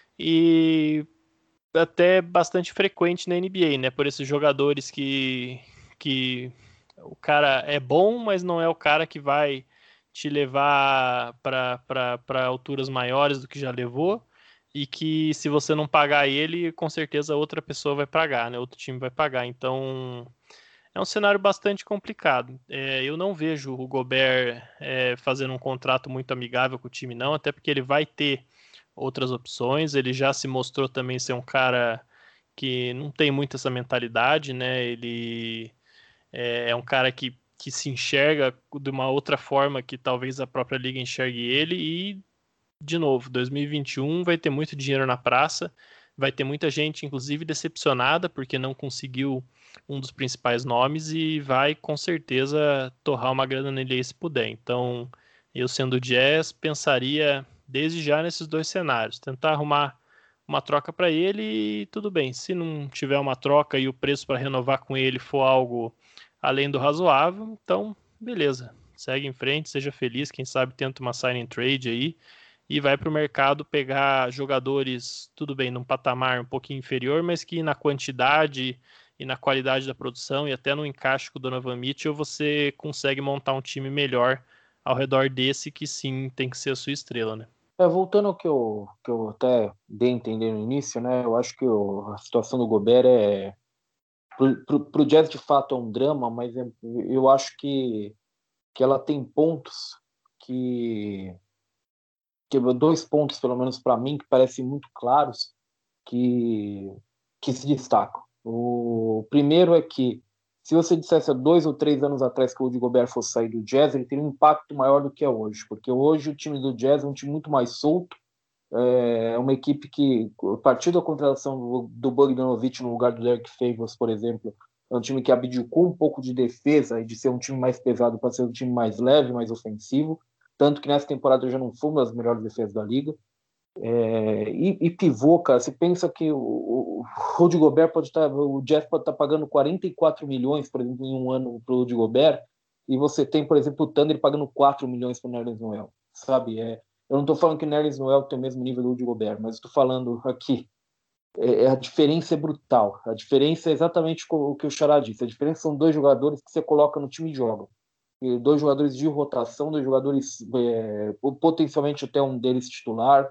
e até bastante frequente na N B A, né? Por esses jogadores que, que o cara é bom, mas não é o cara que vai te levar para alturas maiores do que já levou, e que se você não pagar ele, com certeza outra pessoa vai pagar, né? Outro time vai pagar. Então é um cenário bastante complicado. É, eu não vejo o Gobert é, fazendo um contrato muito amigável com o time, não, até porque ele vai ter outras opções. Ele já se mostrou também ser um cara que não tem muito essa mentalidade, né? Ele é, é um cara que, que se enxerga de uma outra forma que talvez a própria liga enxergue ele. E, de novo, dois mil e vinte e um vai ter muito dinheiro na praça, vai ter muita gente, inclusive, decepcionada porque não conseguiu um dos principais nomes e vai com certeza torrar uma grana nele se puder. Então, eu sendo Jazz, pensaria desde já nesses dois cenários, tentar arrumar uma troca para ele e tudo bem. Se não tiver uma troca e o preço para renovar com ele for algo além do razoável, então beleza, segue em frente, seja feliz, quem sabe tenta uma sign and trade aí e vai para o mercado pegar jogadores, tudo bem, num patamar um pouquinho inferior, mas que na quantidade e na qualidade da produção e até no encaixe com o Donovan Mitchell você consegue montar um time melhor ao redor desse que sim tem que ser a sua estrela, né? É, voltando ao que eu, que eu até dei a entender no início, né? Eu acho que o, a situação do Gobert é para o Jazz de fato é um drama, mas é, eu acho que, que ela tem pontos que que dois pontos, pelo menos para mim, que parecem muito claros, que, que se destacam. O primeiro é que, se você dissesse há dois ou três anos atrás que o Rudy Gobert fosse sair do Jazz, ele teria um impacto maior do que é hoje, porque hoje o time do Jazz é um time muito mais solto, é uma equipe que, a partir da contratação do, do Bogdanovic no lugar do Derek Favors, por exemplo, é um time que abdicou um pouco de defesa e de ser um time mais pesado para ser um time mais leve, mais ofensivo, tanto que nessa temporada já não foi uma das melhores defesas da liga. É, e, e pivô, cara, você pensa que o, o Rudy Gobert pode estar, o Jeff pode estar pagando quarenta e quatro milhões, por exemplo, em um ano para o Rudy Gobert, e você tem, por exemplo, o Thunder pagando quatro milhões para o Nerlens Noel, sabe? É, eu não estou falando que o Nerlens Noel tem o mesmo nível do Rudy Gobert, mas estou falando aqui, é, a diferença é brutal, a diferença é exatamente o que o Xará disse, a diferença são dois jogadores que você coloca no time e joga, e dois jogadores de rotação, dois jogadores, é, potencialmente até um deles titular.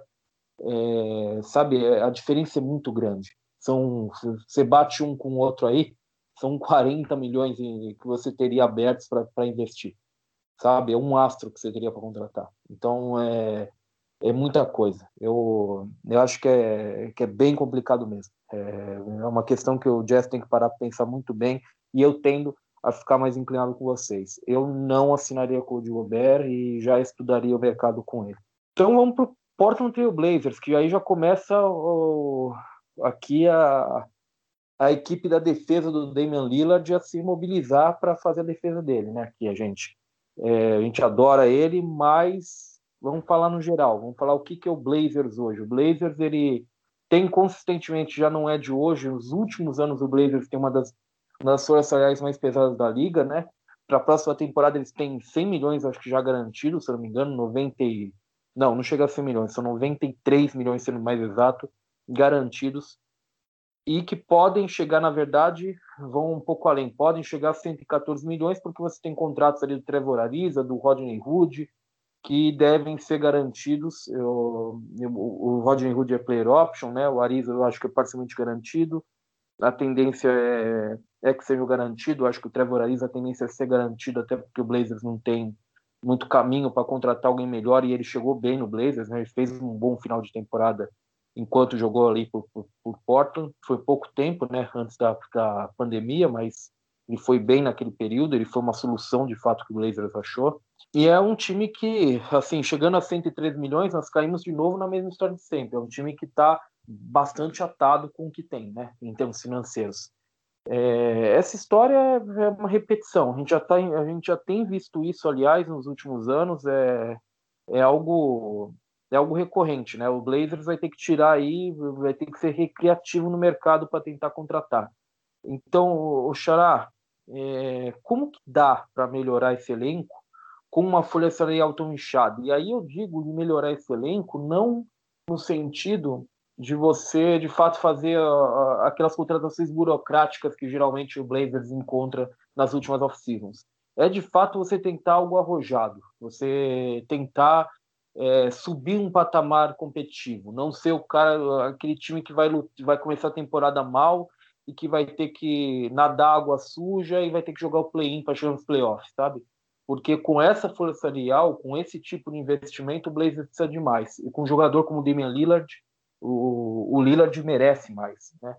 É, sabe, a diferença é muito grande. São, você bate um com o outro aí, são quarenta milhões que você teria abertos para investir, sabe? É um astro que você teria para contratar. Então, é, é muita coisa. Eu, eu acho que é, que é bem complicado mesmo. É, é uma questão que o Jazz tem que parar para pensar muito bem, e eu tendo a ficar mais inclinado com vocês. Eu não assinaria com o Rudy Gobert e já estudaria o mercado com ele. Então vamos para o Portland Trail Blazers, que aí já começa o, aqui a, a equipe da defesa do Damian Lillard a se mobilizar para fazer a defesa dele, né? Aqui a gente, é, a gente adora ele, mas vamos falar no geral, vamos falar o que, que é o Blazers hoje. O Blazers, ele tem consistentemente, já não é de hoje, nos últimos anos o Blazers tem uma das, uma das folhas salariais mais pesadas da liga, né? Para a próxima temporada eles têm cem milhões, acho que já garantido, se eu não me engano, noventa e... Não, não chega a cem milhões, são noventa e três milhões, sendo mais exato, garantidos, e que podem chegar, na verdade, vão um pouco além, podem chegar a cento e quatorze milhões, porque você tem contratos ali do Trevor Ariza, do Rodney Hood, que devem ser garantidos. Eu, o Rodney Hood é player option, né? O Ariza eu acho que é parcialmente garantido, a tendência é, é que seja garantido, eu acho que o Trevor Ariza a tendência é ser garantido, até porque o Blazers não tem muito caminho para contratar alguém melhor, e ele chegou bem no Blazers, né? Ele fez um bom final de temporada enquanto jogou ali por, por, por Portland. Foi pouco tempo, né, antes da, da pandemia, mas ele foi bem naquele período, ele foi uma solução de fato que o Blazers achou. E é um time que, assim, chegando a cento e três milhões, nós caímos de novo na mesma história de sempre. É um time que está bastante atado com o que tem, né, em termos financeiros. É, essa história é uma repetição. A gente já tá, a gente já tem visto isso, aliás, nos últimos anos. É, é algo é algo recorrente, né? O Blazers vai ter que tirar aí, vai ter que ser recreativo no mercado para tentar contratar. Então, o Xará, é, como que dá para melhorar esse elenco com uma folha salarial tão inchada? E aí eu digo de melhorar esse elenco não no sentido de você, de fato, fazer uh, aquelas contratações burocráticas que geralmente o Blazers encontra nas últimas off-seasons. É, de fato, você tentar algo arrojado, você tentar é, subir um patamar competitivo, não ser o cara, aquele time que vai, vai começar a temporada mal e que vai ter que nadar água suja e vai ter que jogar o play-in para chegar nos playoffs, sabe? Porque com essa folha salarial, com esse tipo de investimento, o Blazers precisa de mais. E com um jogador como o Damian Lillard, o, o Lillard merece mais, né?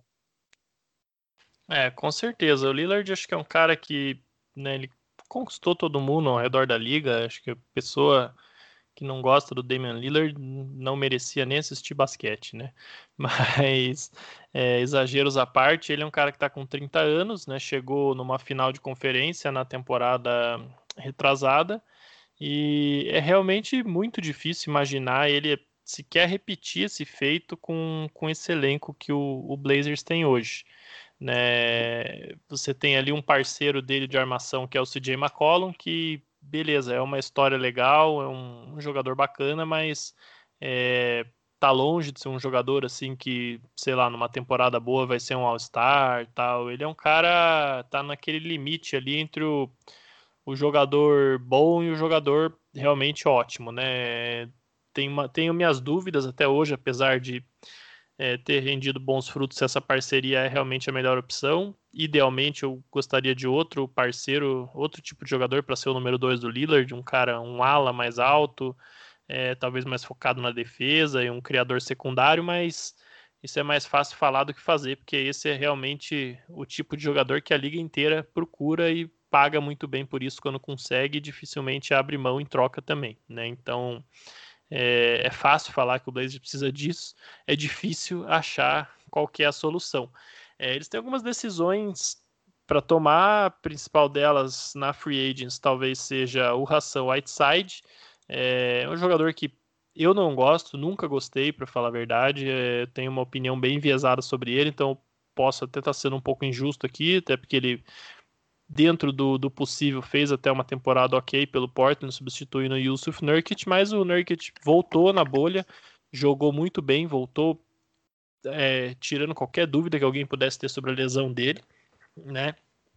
É, com certeza. O Lillard acho que é um cara que, né, ele conquistou todo mundo ao redor da liga. Acho que a pessoa que não gosta do Damian Lillard não merecia nem assistir basquete, né? Mas, é, exageros à parte, ele é um cara que está com trinta anos, né? Chegou numa final de conferência na temporada retrasada, e é realmente muito difícil imaginar ele sequer repetir esse feito com, com esse elenco que o, o Blazers tem hoje. Né? Você tem ali um parceiro dele de armação, que é o C J McCollum, que, beleza, é uma história legal, é um, um jogador bacana, mas é, tá longe de ser um jogador assim que, sei lá, numa temporada boa vai ser um All-Star, tal. Ele é um cara, tá naquele limite ali entre o, o jogador bom e o jogador realmente ótimo, né? Tenho, tenho minhas dúvidas até hoje, apesar de é, ter rendido bons frutos, se essa parceria é realmente a melhor opção. Idealmente, eu gostaria de outro parceiro, outro tipo de jogador para ser o número dois do Lillard, um cara, um ala mais alto, é, talvez mais focado na defesa e um criador secundário, mas isso é mais fácil falar do que fazer, porque esse é realmente o tipo de jogador que a liga inteira procura e paga muito bem por isso quando consegue, e dificilmente abre mão em troca também, né? Então é, é fácil falar que o Blazers precisa disso, é difícil achar qual que é a solução. É, eles têm algumas decisões para tomar, a principal delas na Free Agents talvez seja o Hassan Whiteside, é um jogador que eu não gosto, nunca gostei, para falar a verdade, é, tenho uma opinião bem enviesada sobre ele, então posso até estar sendo um pouco injusto aqui, até porque ele, dentro do, do possível, fez até uma temporada ok pelo Portland, substituindo o Yusuf Nurkic, mas o Nurkic voltou na bolha, jogou muito bem, voltou é, tirando qualquer dúvida que alguém pudesse ter sobre a lesão dele, né?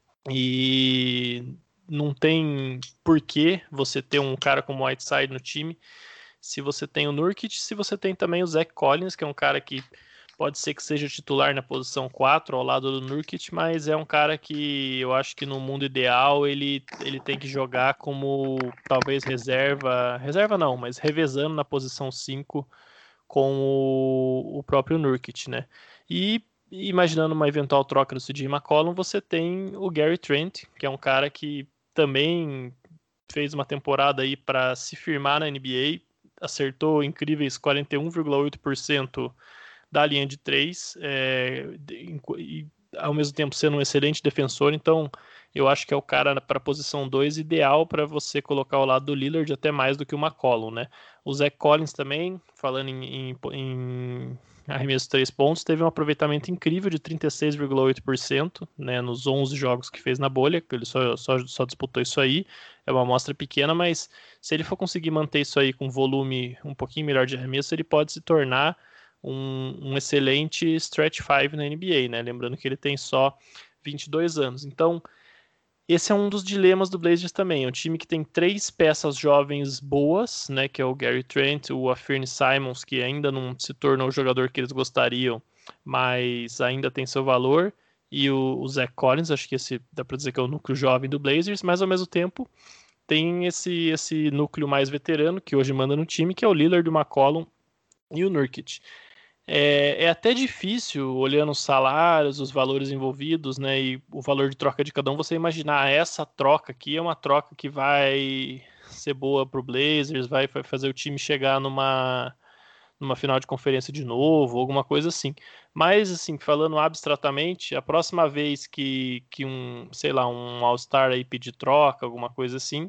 E não tem porquê você ter um cara como o Whiteside no time se você tem o Nurkic, se você tem também o Zach Collins, que é um cara que pode ser que seja titular na posição quatro ao lado do Nurkic, mas é um cara que eu acho que no mundo ideal ele, ele tem que jogar como talvez reserva, reserva não, mas revezando na posição cinco com o, o próprio Nurkic, né? E imaginando uma eventual troca do C J McCollum, você tem o Gary Trent, que é um cara que também fez uma temporada aí para se firmar na N B A, acertou incríveis quarenta e um vírgula oito por cento da linha de três, é, e ao mesmo tempo sendo um excelente defensor, então eu acho que é o cara para a posição dois ideal para você colocar ao lado do Lillard, até mais do que o McCollum, né? O Zach Collins também, falando em, em, em arremesso de três pontos, teve um aproveitamento incrível de trinta e seis vírgula oito por cento, né, nos onze jogos que fez na bolha, ele só, só, só disputou isso aí, é uma amostra pequena, mas se ele for conseguir manter isso aí com volume um pouquinho melhor de arremesso, ele pode se tornar um, um excelente stretch five na N B A, né, lembrando que ele tem só vinte e dois anos, então esse é um dos dilemas do Blazers também. É um time que tem três peças jovens boas, né? Que é o Gary Trent, o Anfernee Simons, que ainda não se tornou o jogador que eles gostariam, mas ainda tem seu valor, e o, o Zach Collins, acho que esse dá para dizer que é o núcleo jovem do Blazers, mas ao mesmo tempo tem esse, esse núcleo mais veterano que hoje manda no time, que é o Lillard, o McCollum e o Nurkic. É, é até difícil, olhando os salários, os valores envolvidos, né, e o valor de troca de cada um, você imaginar essa troca aqui é uma troca que vai ser boa para o Blazers, vai, vai fazer o time chegar numa, numa final de conferência de novo, alguma coisa assim. Mas, assim, falando abstratamente, a próxima vez que, que um, sei lá, um All-Star aí pedir troca, alguma coisa assim,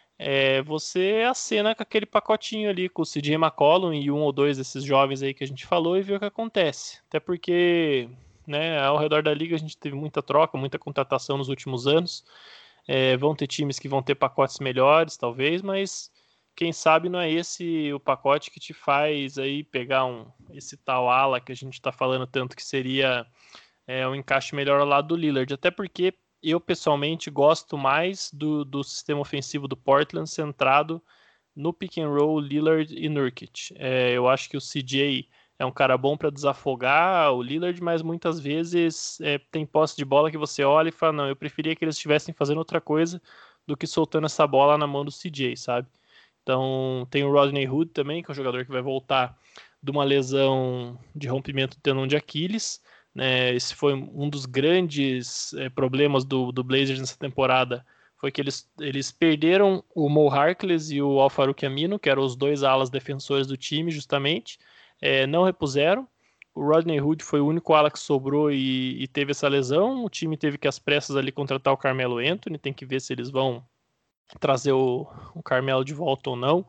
é, você acena com aquele pacotinho ali com o C J McCollum e um ou dois desses jovens aí que a gente falou e vê o que acontece. Até porque, né, ao redor da liga a gente teve muita troca, muita contratação nos últimos anos. É, vão ter times que vão ter pacotes melhores, talvez, mas quem sabe não é esse o pacote que te faz aí pegar um, esse tal ala que a gente está falando tanto que seria é, um encaixe melhor ao lado do Lillard. Até porque eu pessoalmente gosto mais do, do sistema ofensivo do Portland centrado no pick and roll Lillard e Nurkic. É, eu acho que o C J é um cara bom para desafogar o Lillard, mas muitas vezes é, tem posse de bola que você olha e fala, não, eu preferia que eles estivessem fazendo outra coisa do que soltando essa bola na mão do C J, sabe? Então tem o Rodney Hood também, que é um jogador que vai voltar de uma lesão de rompimento do tendão de Aquiles. Né, esse foi um dos grandes é, problemas do, do Blazers nessa temporada, foi que eles, eles perderam o Mo Harkless e o Al-Farouq Aminu, que eram os dois alas defensores do time, justamente, é, não repuseram. O Rodney Hood foi o único ala que sobrou e, e teve essa lesão. O time teve que, às pressas, ali contratar o Carmelo Anthony, tem que ver se eles vão trazer o, o Carmelo de volta ou não.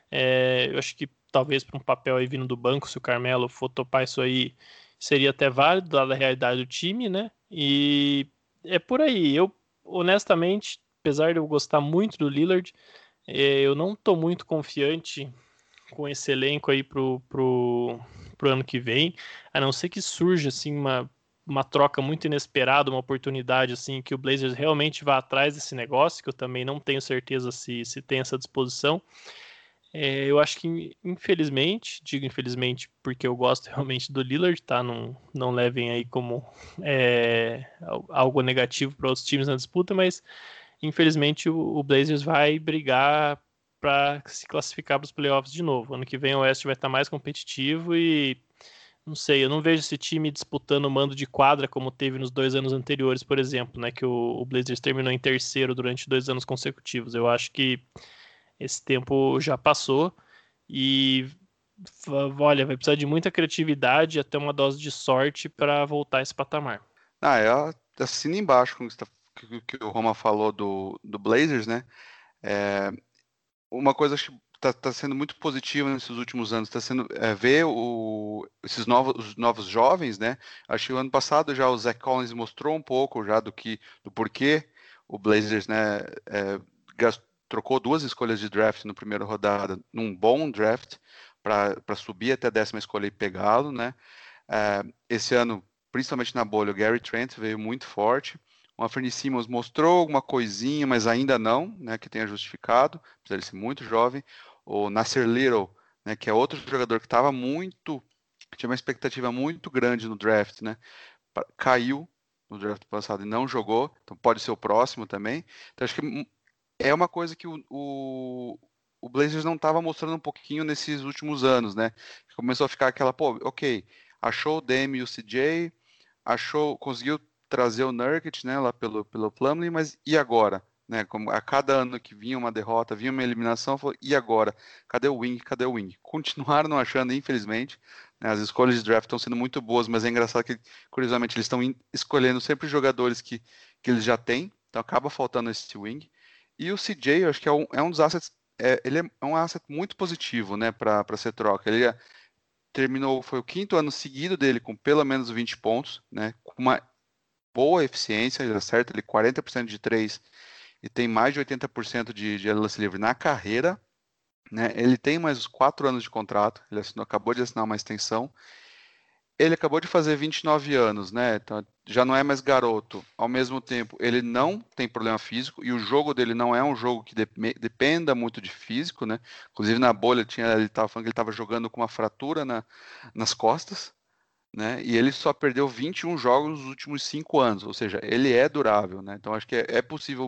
É, eu acho que talvez para um papel aí vindo do banco, se o Carmelo for topar isso aí, seria até válido, dada a realidade do time, né? E é por aí. Eu, honestamente, apesar de eu gostar muito do Lillard, é, eu não estou muito confiante com esse elenco aí pro, pro, pro ano que vem, a não ser que surja, assim, uma, uma troca muito inesperada, uma oportunidade, assim, que o Blazers realmente vá atrás desse negócio, que eu também não tenho certeza se, se tem essa disposição. É, eu acho que, infelizmente, digo infelizmente porque eu gosto realmente do Lillard, tá? Não, não levem aí como é, algo negativo para os times na disputa, mas infelizmente o, o Blazers vai brigar para se classificar para os playoffs de novo. Ano que vem o Oeste vai estar mais competitivo e não sei, eu não vejo esse time disputando o mando de quadra como teve nos dois anos anteriores, por exemplo, né, que o, o Blazers terminou em terceiro durante dois anos consecutivos. Eu acho que esse tempo já passou e olha, vai precisar de muita criatividade e até uma dose de sorte para voltar a esse patamar. Ah, eu assino embaixo com o que, tá, que, que o Roma falou do, do Blazers, né? É, uma coisa que está tá sendo muito positiva nesses últimos anos, está sendo é, ver o, esses novos, os novos jovens, né? Acho que o ano passado já o Zach Collins mostrou um pouco já do que, do porquê o Blazers, né? É, gastou, trocou duas escolhas de draft na primeira rodada, num bom draft, para subir até a décima escolha e pegá-lo, né? É, esse ano, principalmente na bolha, o Gary Trent veio muito forte. O Anthony Simmons mostrou alguma coisinha, mas ainda não, né, que tenha justificado, apesar de ser muito jovem. O Nasser Little, né, que é outro jogador que estava muito, que tinha uma expectativa muito grande no draft, né, caiu no draft passado e não jogou, então pode ser o próximo também. Então acho que é uma coisa que o, o, o Blazers não estava mostrando um pouquinho nesses últimos anos, né? Começou a ficar aquela, pô, ok, achou o Dame e o C J, achou, conseguiu trazer o Nurkic, né, lá pelo, pelo Plumlee, mas e agora? Né, como a cada ano que vinha uma derrota, vinha uma eliminação, falou, e agora? Cadê o wing? Cadê o wing? Continuaram não achando, infelizmente. Né, as escolhas de draft estão sendo muito boas, mas é engraçado que, curiosamente, eles estão escolhendo sempre jogadores que, que eles já têm, então acaba faltando esse wing. E o C J, eu acho que é um, é um dos assets, é, ele é um asset muito positivo, né, para ser troca. Ele é, terminou, foi o quinto ano seguido dele com pelo menos vinte pontos, né, com uma boa eficiência, ele acerta ele quarenta por cento de três e tem mais de oitenta por cento de, de lance livre na carreira, né, ele tem mais uns quatro anos de contrato, ele assinou, acabou de assinar uma extensão, ele acabou de fazer vinte e nove anos, né, então já não é mais garoto, ao mesmo tempo ele não tem problema físico e o jogo dele não é um jogo que de, dependa muito de físico, né, inclusive na bolha tinha, ele estava falando que ele estava jogando com uma fratura na, nas costas, né? E ele só perdeu vinte e um jogos nos últimos cinco anos, ou seja, ele é durável, né? Então acho que é, é possível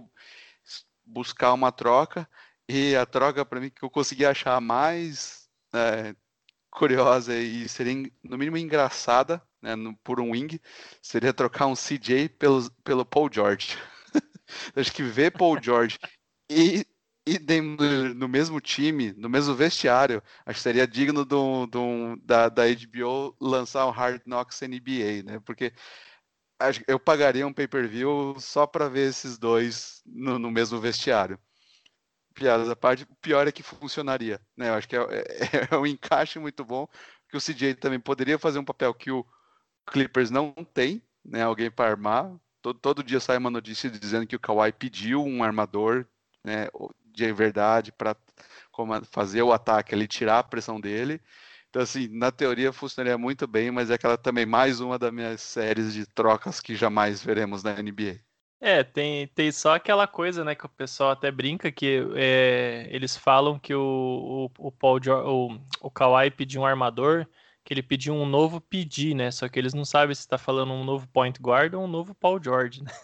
buscar uma troca e a troca para mim que eu consegui achar mais é, curiosa e seria no mínimo engraçada, né, no, por um wing, seria trocar um C J pelo, pelo Paul George. Acho que ver Paul George e e no mesmo time, no mesmo vestiário, acho que seria digno do, do, da, da H B O lançar um Hard Knocks N B A, né? Porque acho, eu pagaria um pay-per-view só para ver esses dois no, no mesmo vestiário. Piadas à parte, o pior é que funcionaria, né? Eu acho que é, é, é um encaixe muito bom, que o C J também poderia fazer um papel que o Clippers não tem, né? Alguém para armar. Todo, todo dia sai uma notícia dizendo que o Kawhi pediu um armador, né, de verdade para fazer o ataque ali, tirar a pressão dele. Então, assim, na teoria funcionaria muito bem, mas é aquela também mais uma das minhas séries de trocas que jamais veremos na N B A. É, tem, tem só aquela coisa, né, que o pessoal até brinca, que é, eles falam que o, o, o, Paul jo o, o Kawhi pediu um armador, que ele pediu um novo P G, né, só que eles não sabem se está falando um novo point guard ou um novo Paul George, né?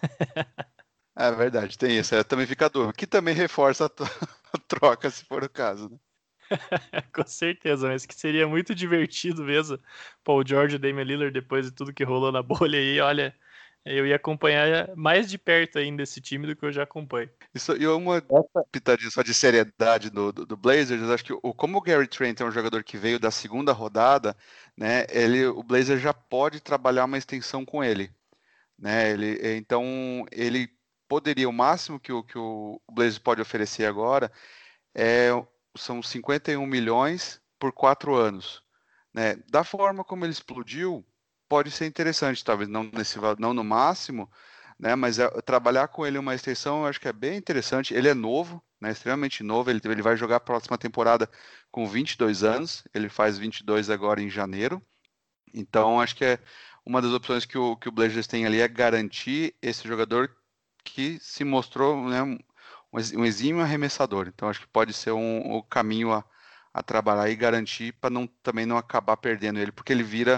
É verdade, tem isso. É, também fica duro. Que também reforça a, a troca, se for o caso, né? Com certeza, mas que seria muito divertido mesmo. Paul George e Damian Lillard depois de tudo que rolou na bolha aí, olha, eu ia acompanhar mais de perto ainda esse time do que eu já acompanho. Isso, e uma pitadinha só de seriedade do, do, do Blazers, eu acho que o, como o Gary Trent é um jogador que veio da segunda rodada, né, ele, o Blazers já pode trabalhar uma extensão com ele, né, ele, então ele poderia, o máximo que o, que o Blazers pode oferecer agora é, são cinquenta e um milhões por quatro anos, né, da forma como ele explodiu, pode ser interessante, talvez não, nesse, não no máximo, né, mas é, trabalhar com ele uma extensão eu acho que é bem interessante. Ele é novo, né, extremamente novo, ele, ele vai jogar a próxima temporada com vinte e dois anos, ele faz vinte e dois agora em janeiro, então acho que é uma das opções que o, que o Blazers tem ali é garantir esse jogador que se mostrou, né, um, um exímio arremessador, então acho que pode ser um, um caminho a, a trabalhar e garantir para não, também não acabar perdendo ele, porque ele vira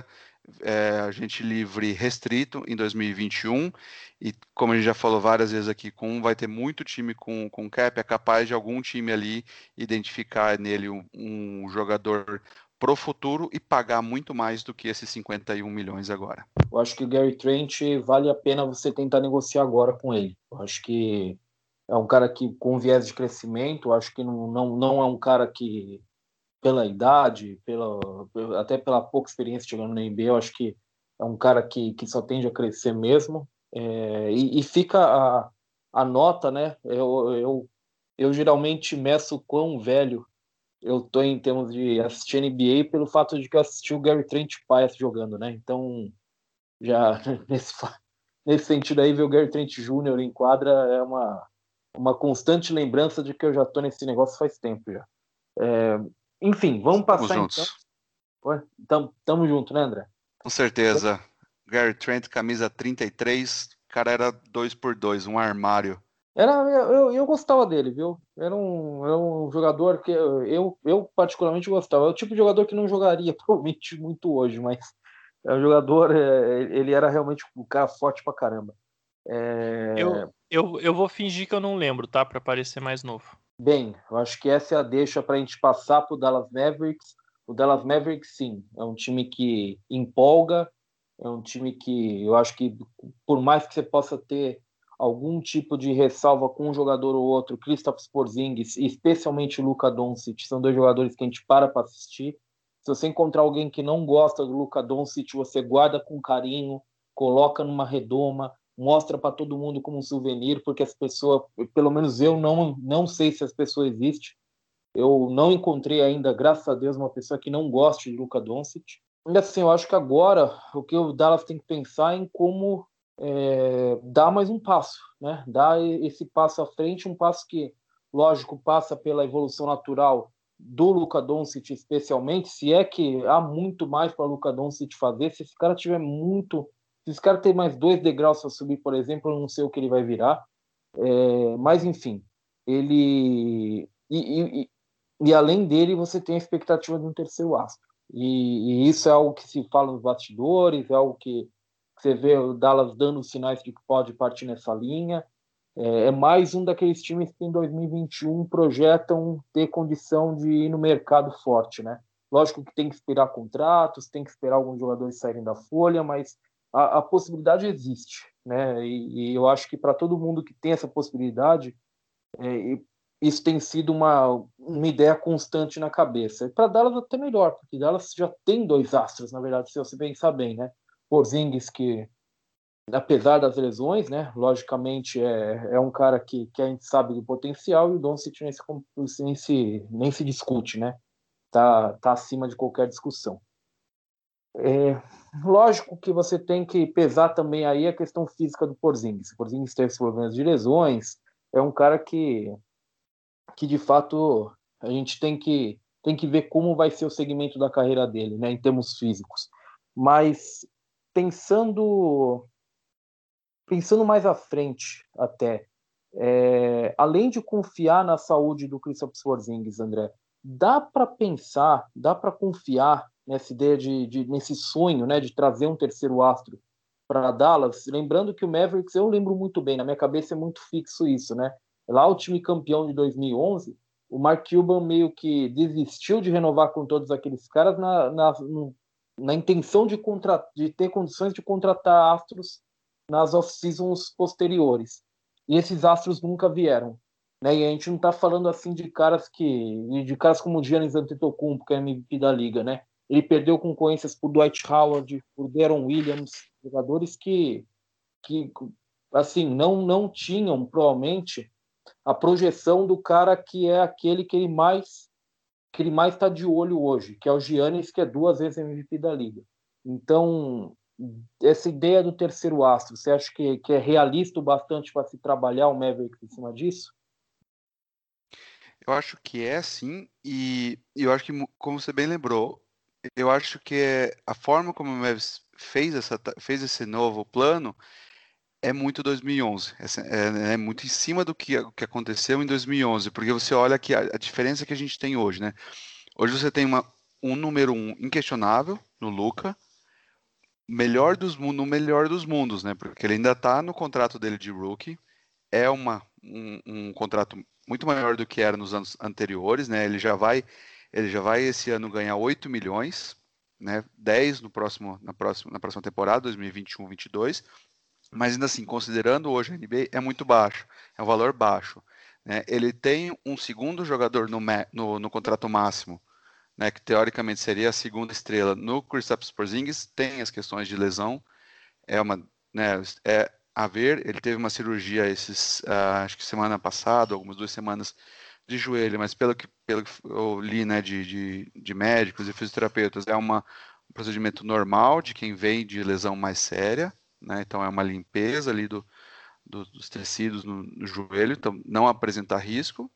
é, agente livre restrito em dois mil e vinte e um, e como a gente já falou várias vezes aqui, com vai ter muito time com, com cap, é capaz de algum time ali identificar nele um, um jogador pro futuro e pagar muito mais do que esses cinquenta e um milhões agora. Eu acho que o Gary Trent vale a pena você tentar negociar agora com ele. Eu acho que é um cara que com viés de crescimento, eu acho que não, não, não é um cara que, pela idade, pela, até pela pouca experiência chegando na N B A, eu acho que é um cara que, que só tende a crescer mesmo. É, e, e fica a, a nota, né? Eu, eu, eu geralmente meço quão velho eu tô em termos de assistir N B A pelo fato de que eu assisti o Gary Trent Pius jogando, né? Então, já nesse, nesse sentido aí, ver o Gary Trent Júnior em quadra é uma, uma constante lembrança de que eu já tô nesse negócio faz tempo já. É, enfim, vamos Estamos passar juntos. então. Pô, tamo, tamo junto, né, André? Com certeza. Gary Trent, camisa trinta e três, o cara era dois por dois, um armário. Era, eu, eu gostava dele, viu? Era um, era um jogador que eu, eu particularmente gostava. É o tipo de jogador que não jogaria provavelmente muito hoje, mas é um jogador, é, ele era realmente um cara forte pra caramba. É, Eu, eu, eu vou fingir que eu não lembro, tá? Pra parecer mais novo. Bem, eu acho que essa é a deixa para a gente passar para o Dallas Mavericks. O Dallas Mavericks, sim, é um time que empolga, é um time que eu acho que, por mais que você possa ter algum tipo de ressalva com um jogador ou outro, Kristaps Porzingis, e especialmente o Luka Doncic, são dois jogadores que a gente para para assistir. Se você encontrar alguém que não gosta do Luka Doncic, você guarda com carinho, coloca numa redoma, mostra para todo mundo como um souvenir, porque as pessoas, pelo menos eu não, não sei se as pessoas existem. Eu não encontrei ainda, graças a Deus, uma pessoa que não goste de Luka Doncic. E assim, eu acho que agora o que o Dallas tem que pensar é em como é, dar mais um passo, né? Dar esse passo à frente, um passo que, lógico, passa pela evolução natural do Luka Doncic, especialmente, se é que há muito mais para o Luka Doncic fazer. Se esse cara tiver muito, se esse cara ter mais dois degraus para subir, por exemplo, eu não sei o que ele vai virar. É, mas enfim, ele e, e, e além dele, você tem a expectativa de um terceiro astro. E, e isso é algo que se fala nos bastidores, é algo que você vê o Dallas dando sinais de que pode partir nessa linha. É, é mais um daqueles times que em dois mil e vinte e um projetam ter condição de ir no mercado forte, né? Lógico que tem que esperar contratos, tem que esperar alguns jogadores saírem da folha, mas a, a possibilidade existe, né? E, e eu acho que para todo mundo que tem essa possibilidade, é, isso tem sido uma, uma ideia constante na cabeça. E para Dallas até melhor, porque Dallas já tem dois astros, na verdade, se você pensar bem, né? Porzingis, que apesar das lesões, né, logicamente é, é um cara que, que a gente sabe do potencial, e o Doncic nem se, nem se, nem se discute, né? Tá, tá acima de qualquer discussão. É, lógico que você tem que pesar também aí a questão física do Porzingis. O Porzingis teve problemas de lesões, é um cara que, que de fato a gente tem que, tem que ver como vai ser o segmento da carreira dele, né, em termos físicos. Mas pensando pensando mais à frente até, é, além de confiar na saúde do Kristaps Porzingis, André, dá para pensar, dá para confiar nessa ideia de, de nesse sonho, né, de trazer um terceiro astro para Dallas, lembrando que o Mavericks, eu lembro muito bem, na minha cabeça é muito fixo isso, né? Lá o time campeão de dois mil e onze, o Mark Cuban meio que desistiu de renovar com todos aqueles caras na, na, na intenção de, contra, de ter condições de contratar astros nas off-seasons posteriores. E esses astros nunca vieram. Né? E a gente não está falando assim de caras que de caras como o Giannis Antetokounmpo, que é M V P da liga, né? Ele perdeu concorrências por Dwight Howard, por Deron Williams, jogadores que, que assim, não, não tinham, provavelmente, a projeção do cara que é aquele que ele mais que ele mais está de olho hoje, que é o Giannis, que é duas vezes M V P da liga. Então, essa ideia do terceiro astro, você acha que, que é realista o bastante para se trabalhar o Mavericks em cima disso? Eu acho que é sim, e eu acho que, como você bem lembrou, eu acho que é, a forma como o Mavericks fez, essa, fez esse novo plano é muito dois mil e onze, é, é muito em cima do que, que aconteceu em dois mil e onze, porque você olha que a, a diferença que a gente tem hoje, né? Hoje você tem uma, um número um inquestionável no Luka, melhor dos, no melhor dos mundos, né? Porque ele ainda está no contrato dele de rookie, é uma, um, um contrato muito maior do que era nos anos anteriores, né? Ele já vai, ele já vai esse ano ganhar oito milhões, né? dez no próximo, na, próxima, na próxima temporada, dois mil e vinte e um, vinte e dois, mas ainda assim, considerando hoje a N B A, é muito baixo, é um valor baixo, né? Ele tem um segundo jogador no, no, no contrato máximo, né, que teoricamente seria a segunda estrela no Kristaps Porzingis, tem as questões de lesão, é uma, né, é a ver, ele teve uma cirurgia esses, uh, acho que semana passada, algumas duas semanas de joelho, mas pelo que, pelo que eu li, né, de, de, de médicos e fisioterapeutas, é uma, um procedimento normal de quem vem de lesão mais séria, né, então é uma limpeza ali do, do, dos tecidos no, no joelho, então não apresenta risco,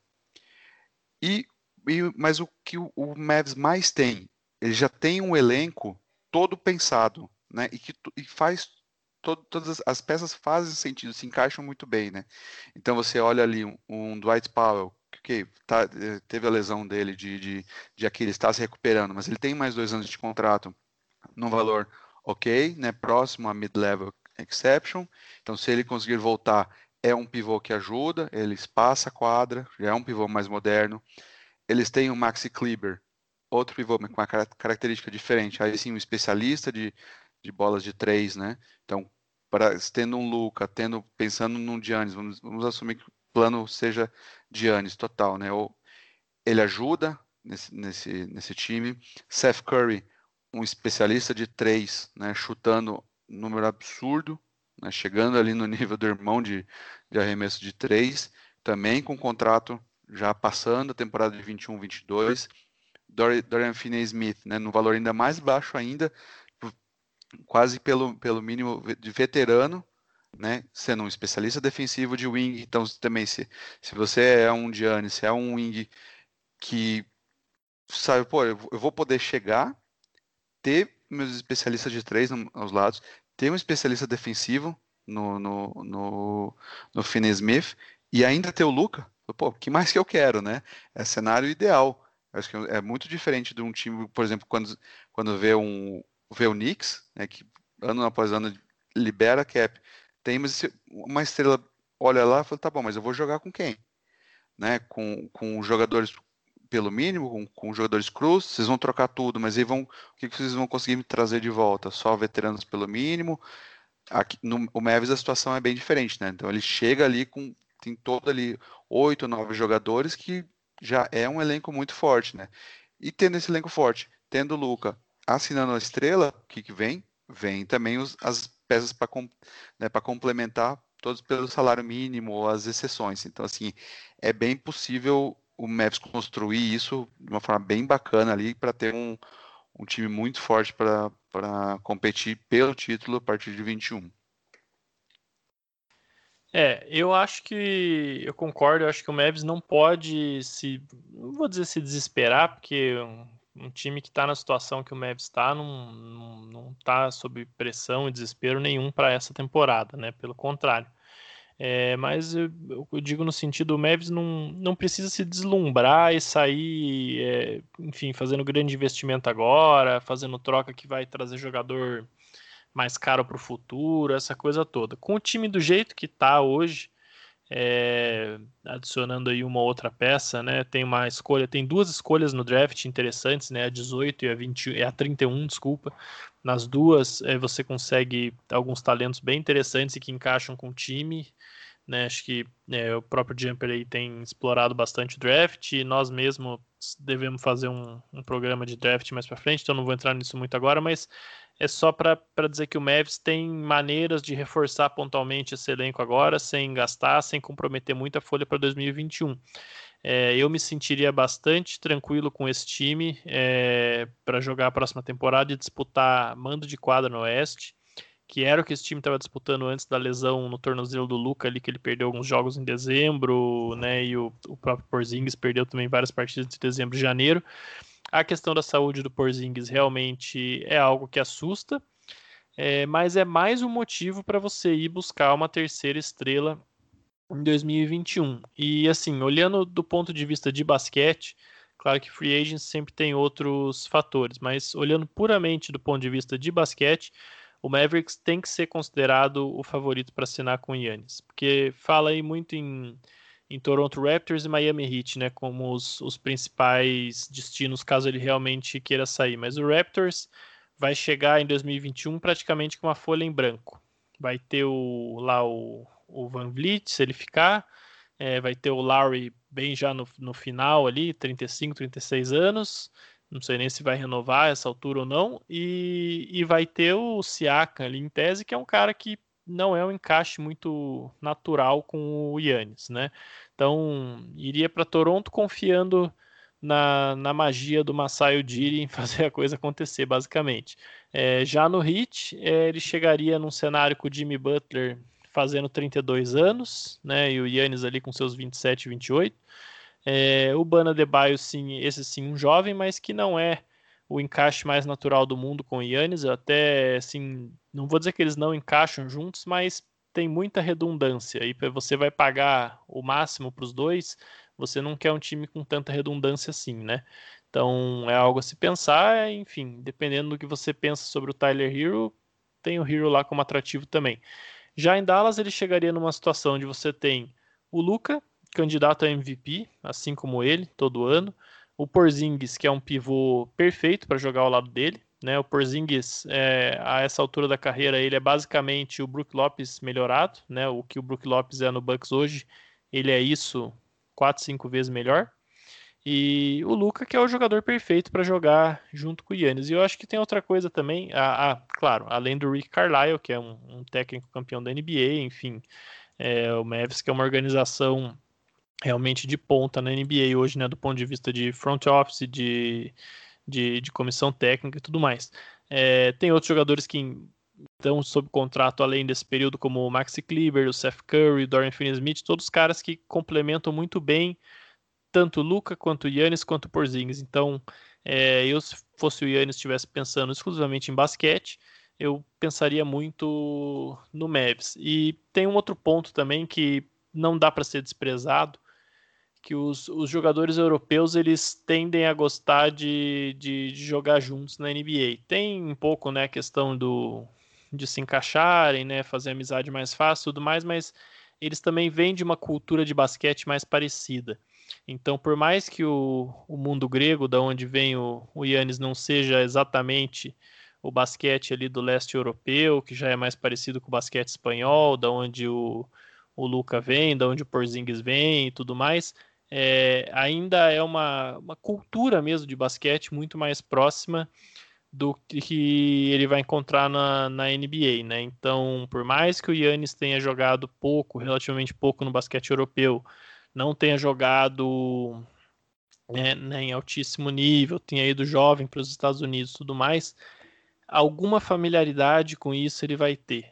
e E, mas o que o, o Mavs mais tem, ele já tem um elenco todo pensado, né? E que e faz todo, todas as peças fazem sentido, se encaixam muito bem, né? Então você olha ali um, um Dwight Powell, que tá, teve a lesão dele de, de, de Aquiles, está se recuperando, mas ele tem mais dois anos de contrato num valor ok, né? Próximo a mid-level exception. Então se ele conseguir voltar, é um pivô que ajuda, ele espaça a quadra, já é um pivô mais moderno. Eles têm o Maxi Kleber, outro pivô com uma característica diferente. Aí sim, um especialista de, de bolas de três, né? Então, para, tendo um Luka, tendo, pensando num Giannis, vamos, vamos assumir que o plano seja Giannis total, né? Ou ele ajuda nesse, nesse, nesse time. Seth Curry, um especialista de três, né? Chutando um número absurdo, né? Chegando ali no nível do irmão de, de arremesso de três, também com contrato já passando a temporada de vinte e um, vinte e dois, Dorian Finney-Smith, né, no valor ainda mais baixo ainda, quase pelo, pelo mínimo de veterano, né, sendo um especialista defensivo de wing, então também se, se você é um Giannis, se é um wing que sabe, pô, eu vou poder chegar, ter meus especialistas de três no, aos lados, ter um especialista defensivo no, no, no, no Finney-Smith e ainda ter o Luka. Pô, o que mais que eu quero, né? É cenário ideal. Acho que é muito diferente de um time, por exemplo, quando, quando vê, um, vê o Knicks, né, que ano após ano libera cap, tem mas uma estrela, olha lá e fala, tá bom, mas eu vou jogar com quem? Né? Com, com jogadores pelo mínimo, com, com jogadores crus, vocês vão trocar tudo, mas aí vão, o que, que vocês vão conseguir me trazer de volta? Só veteranos pelo mínimo? Aqui, no, o Mavis a situação é bem diferente, né? Então ele chega ali com, tem todo ali oito, nove jogadores que já é um elenco muito forte, né? E tendo esse elenco forte, tendo o Luka assinando a estrela, o que, que vem? Vem também os, as peças para né, para complementar todos pelo salário mínimo ou as exceções. Então, assim, é bem possível o Mavs construir isso de uma forma bem bacana ali para ter um, um time muito forte para competir pelo título a partir de vinte e um. É, eu acho que eu concordo, eu acho que o Mavs não pode se, não vou dizer se desesperar, porque um, um time que está na situação que o Mavs está não, não, não tá sob pressão e desespero nenhum para essa temporada, né? Pelo contrário. É, mas eu, eu digo no sentido, o Mavs não, não precisa se deslumbrar e sair, é, enfim, fazendo grande investimento agora, fazendo troca que vai trazer jogador mais caro para o futuro, essa coisa toda. Com o time do jeito que está hoje, é, adicionando aí uma outra peça, né? Tem uma escolha, tem duas escolhas no draft interessantes, né? A dezoito e a vinte, é a trinta e um, desculpa. Nas duas, é, você consegue alguns talentos bem interessantes e que encaixam com o time. Né, acho que é, o próprio Jumper aí tem explorado bastante o draft e nós mesmos devemos fazer um, um programa de draft mais para frente, então não vou entrar nisso muito agora, mas é só para dizer que o Mavs tem maneiras de reforçar pontualmente esse elenco agora, sem gastar, sem comprometer muita folha para dois mil e vinte e um. É, eu me sentiria bastante tranquilo com esse time é, para jogar a próxima temporada e disputar mando de quadra no Oeste, que era o que esse time estava disputando antes da lesão no tornozelo do Luka ali, que ele perdeu alguns jogos em dezembro, né, e o, o próprio Porzingis perdeu também várias partidas de dezembro e janeiro. A questão da saúde do Porzingis realmente é algo que assusta, é, mas é mais um motivo para você ir buscar uma terceira estrela em dois mil e vinte e um. E assim, olhando do ponto de vista de basquete, claro que free agents sempre tem outros fatores, mas olhando puramente do ponto de vista de basquete, o Mavericks tem que ser considerado o favorito para assinar com o Giannis, porque fala aí muito em, em Toronto Raptors e Miami Heat, né, como os, os principais destinos caso ele realmente queira sair, mas o Raptors vai chegar em dois mil e vinte e um praticamente com uma folha em branco. Vai ter o, lá o, o Van Vliet, se ele ficar, é, vai ter o Lowry bem já no, no final ali, trinta e cinco, trinta e seis anos, não sei nem se vai renovar essa altura ou não, e, e vai ter o Siakam ali em tese, que é um cara que não é um encaixe muito natural com o Giannis, né? Então, iria para Toronto confiando na, na magia do Masai Ujiri em fazer a coisa acontecer, basicamente. É, já no Heat, é, ele chegaria num cenário com o Jimmy Butler fazendo trinta e dois anos, né, e o Giannis ali com seus vinte e sete, vinte e oito. É, o Bana Adebayo, sim, esse sim, um jovem, mas que não é o encaixe mais natural do mundo com o Giannis. Eu até, assim, não vou dizer que eles não encaixam juntos, mas tem muita redundância. E você vai pagar o máximo para os dois, você não quer um time com tanta redundância assim, né? Então é algo a se pensar, enfim, dependendo do que você pensa sobre o Tyler Hero, tem o Hero lá como atrativo também. Já em Dallas, ele chegaria numa situação onde você tem o Luka, candidato a M V P, assim como ele, todo ano. O Porzingis, que é um pivô perfeito para jogar ao lado dele. Né? O Porzingis, é, a essa altura da carreira, ele é basicamente o Brook Lopes melhorado. Né? O que o Brook Lopes é no Bucks hoje, ele é isso quatro, cinco vezes melhor. E o Luka, que é o jogador perfeito para jogar junto com o Giannis. E eu acho que tem outra coisa também, ah, ah, claro, além do Rick Carlisle, que é um, um técnico campeão da N B A, enfim, é, o Mavs, que é uma organização realmente de ponta na N B A hoje, né, do ponto de vista de front office, de, de, de comissão técnica e tudo mais. É, tem outros jogadores que estão sob contrato além desse período, como o Maxi Kleber, o Seth Curry, o Dorian Finney-Smith, todos caras que complementam muito bem tanto o Luka, quanto o Giannis, quanto o Porzingis. Então, é, eu, se fosse o Giannis, estivesse pensando exclusivamente em basquete, eu pensaria muito no Mavs. E tem um outro ponto também que não dá para ser desprezado, que os, os jogadores europeus eles tendem a gostar de, de, de jogar juntos na N B A. Tem um pouco, né, a questão do, de se encaixarem, né, fazer amizade mais fácil e tudo mais, mas eles também vêm de uma cultura de basquete mais parecida. Então, por mais que o, o mundo grego, da onde vem o, o Giannis, não seja exatamente o basquete ali do leste europeu, que já é mais parecido com o basquete espanhol, da onde o, o Luka vem, da onde o Porzingis vem e tudo mais, é, ainda é uma, uma cultura mesmo de basquete muito mais próxima do que ele vai encontrar na, na N B A, né? Então, por mais que o Giannis tenha jogado pouco, relativamente pouco no basquete europeu, não tenha jogado né, né, em altíssimo nível, tenha ido jovem para os Estados Unidos e tudo mais, alguma familiaridade com isso ele vai ter.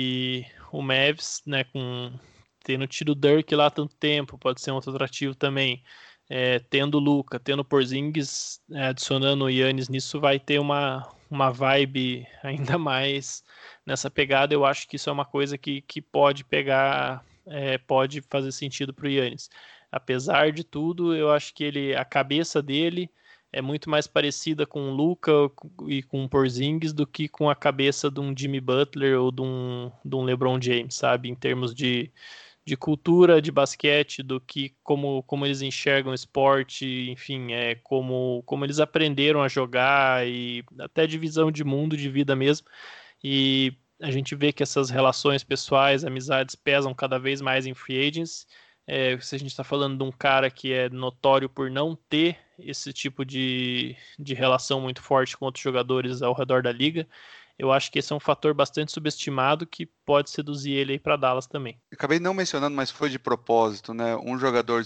E o Mavs, né, com tendo tido o Dirk lá há tanto tempo, pode ser um outro atrativo também. É, tendo o Luka, tendo o Porzingis, é, adicionando o Giannis nisso, vai ter uma, uma vibe ainda mais nessa pegada. Eu acho que isso é uma coisa que, que pode pegar, é, pode fazer sentido para o Giannis. Apesar de tudo, eu acho que ele, a cabeça dele é muito mais parecida com o Luka e com o Porzingis do que com a cabeça de um Jimmy Butler ou de um, de um LeBron James, sabe? Em termos de, de cultura de basquete, do que como, como eles enxergam o esporte, enfim, é como, como eles aprenderam a jogar e até de visão de mundo, de vida mesmo. E a gente vê que essas relações pessoais, amizades pesam cada vez mais em free agents. É, se a gente está falando de um cara que é notório por não ter esse tipo de, de relação muito forte com outros jogadores ao redor da liga, eu acho que esse é um fator bastante subestimado que pode seduzir ele aí para Dallas também. Acabei não mencionando, mas foi de propósito, né? Um jogador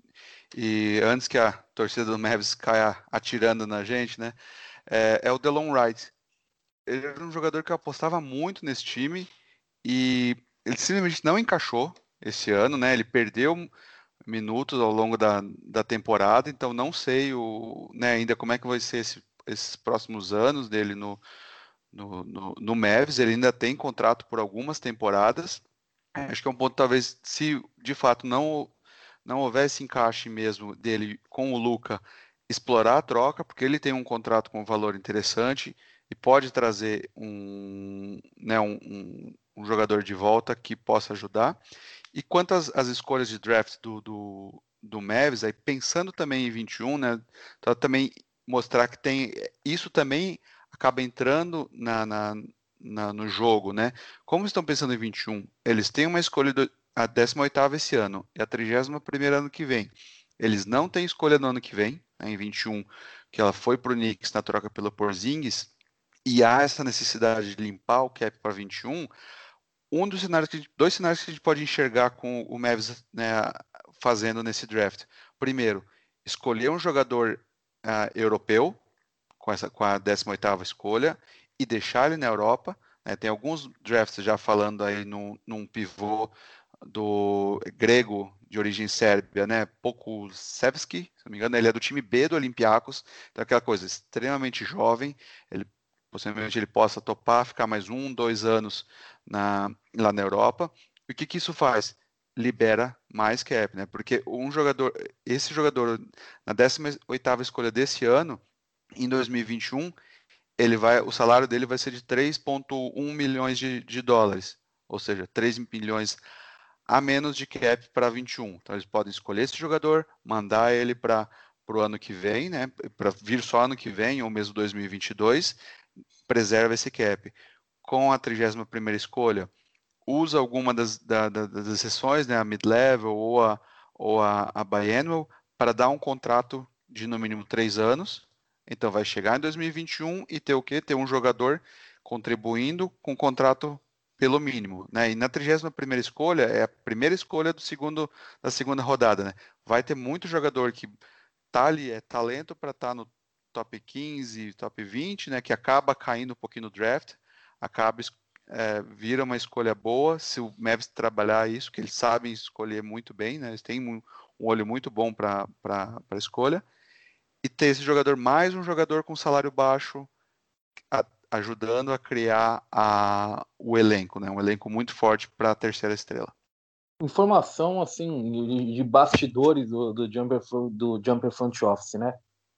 e antes que a torcida do Mavs caia atirando na gente, né? É, é o Delon Wright. Ele era um jogador que eu apostava muito nesse time e ele simplesmente não encaixou esse ano, né? Ele perdeu minutos ao longo da, da temporada, então não sei o, né, ainda como é que vai ser esse, esses próximos anos dele no, no, no, no Mavs. Ele ainda tem contrato por algumas temporadas. Acho que é um ponto, talvez, se de fato não, não houvesse encaixe mesmo dele com o Luka, explorar a troca, porque ele tem um contrato com um valor interessante. e pode trazer um, né, um, um, um jogador de volta que possa ajudar. E quanto às, às escolhas de draft do, do, do Mavs, aí pensando também em vinte e um, né, então também mostrar que tem isso também acaba entrando na, na, na, no jogo, né? Como estão pensando em vinte e um, eles têm uma escolha do, a décima oitava esse ano e a trigésima primeira ano que vem. Eles não têm escolha no ano que vem, né, em vinte e um, que ela foi para o Knicks na troca pelo Porzingis, e há essa necessidade de limpar o cap para vinte e um. Um dos cenários que, dois cenários que a gente pode enxergar com o Mavs, né, fazendo nesse draft. Primeiro, escolher um jogador uh, europeu com, essa, com a décima oitava escolha e deixar ele na Europa. Né? Tem alguns drafts já falando aí num, num pivô do grego de origem sérbia, né? Pokusevski, se não me engano, ele é do time B do Olympiacos, então aquela coisa extremamente jovem, ele possivelmente ele possa topar, ficar mais um, dois anos na, lá na Europa. E o que, que isso faz? Libera mais cap, né? Porque um jogador, esse jogador na décima oitava escolha desse ano, em dois mil e vinte e um, ele vai, o salário dele vai ser de três vírgula um milhões de, de dólares, ou seja, três milhões a menos de cap para vinte e um. Então eles podem escolher esse jogador, mandar ele para o ano que vem, né? Para vir só ano que vem, ou mesmo dois mil e vinte e dois, preserva esse cap. Com a trigésima primeira escolha, usa alguma das, da, da, das exceções, né, a mid-level ou a, ou a, a biannual, para dar um contrato de no mínimo três anos. Então vai chegar em dois mil e vinte e um e ter o quê? Ter um jogador contribuindo com contrato pelo mínimo, né? E na trigésima primeira escolha, é a primeira escolha do segundo, da segunda rodada, né? Vai ter muito jogador que tá ali, é talento para estar tá no top quinze, top vinte, né? Que acaba caindo um pouquinho no draft, acaba é, vira uma escolha boa, se o Mavs trabalhar isso, que eles sabem escolher muito bem, né? Eles têm um, um olho muito bom para a escolha, e ter esse jogador, mais um jogador com salário baixo, a, ajudando a criar a, o elenco, né? Um elenco muito forte para a terceira estrela. Informação assim de, de bastidores do, do, jumper, do Jumper Front Office, né?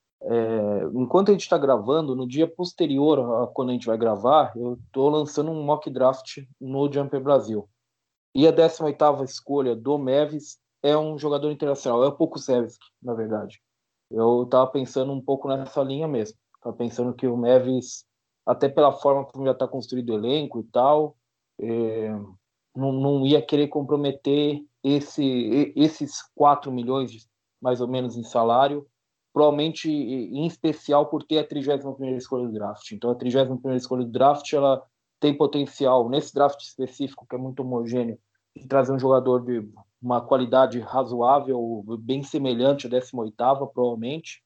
É, enquanto a gente está gravando, no dia posterior a quando a gente vai gravar, eu estou lançando um mock draft no Jumper Brasil. E a décima oitava escolha do Mavs é um jogador internacional, é o Pokusevski, na verdade. Eu estava pensando um pouco nessa linha mesmo. Estava pensando que o Mavs, até pela forma como já está construído o elenco e tal, é, não, não ia querer comprometer esse, esses quatro milhões, mais ou menos, em salário, provavelmente em especial por ter a trigésima primeira escolha do draft. Então, a trigésima primeira escolha do draft, ela tem potencial, nesse draft específico, que é muito homogêneo, de trazer um jogador de uma qualidade razoável, bem semelhante à décima oitava, provavelmente,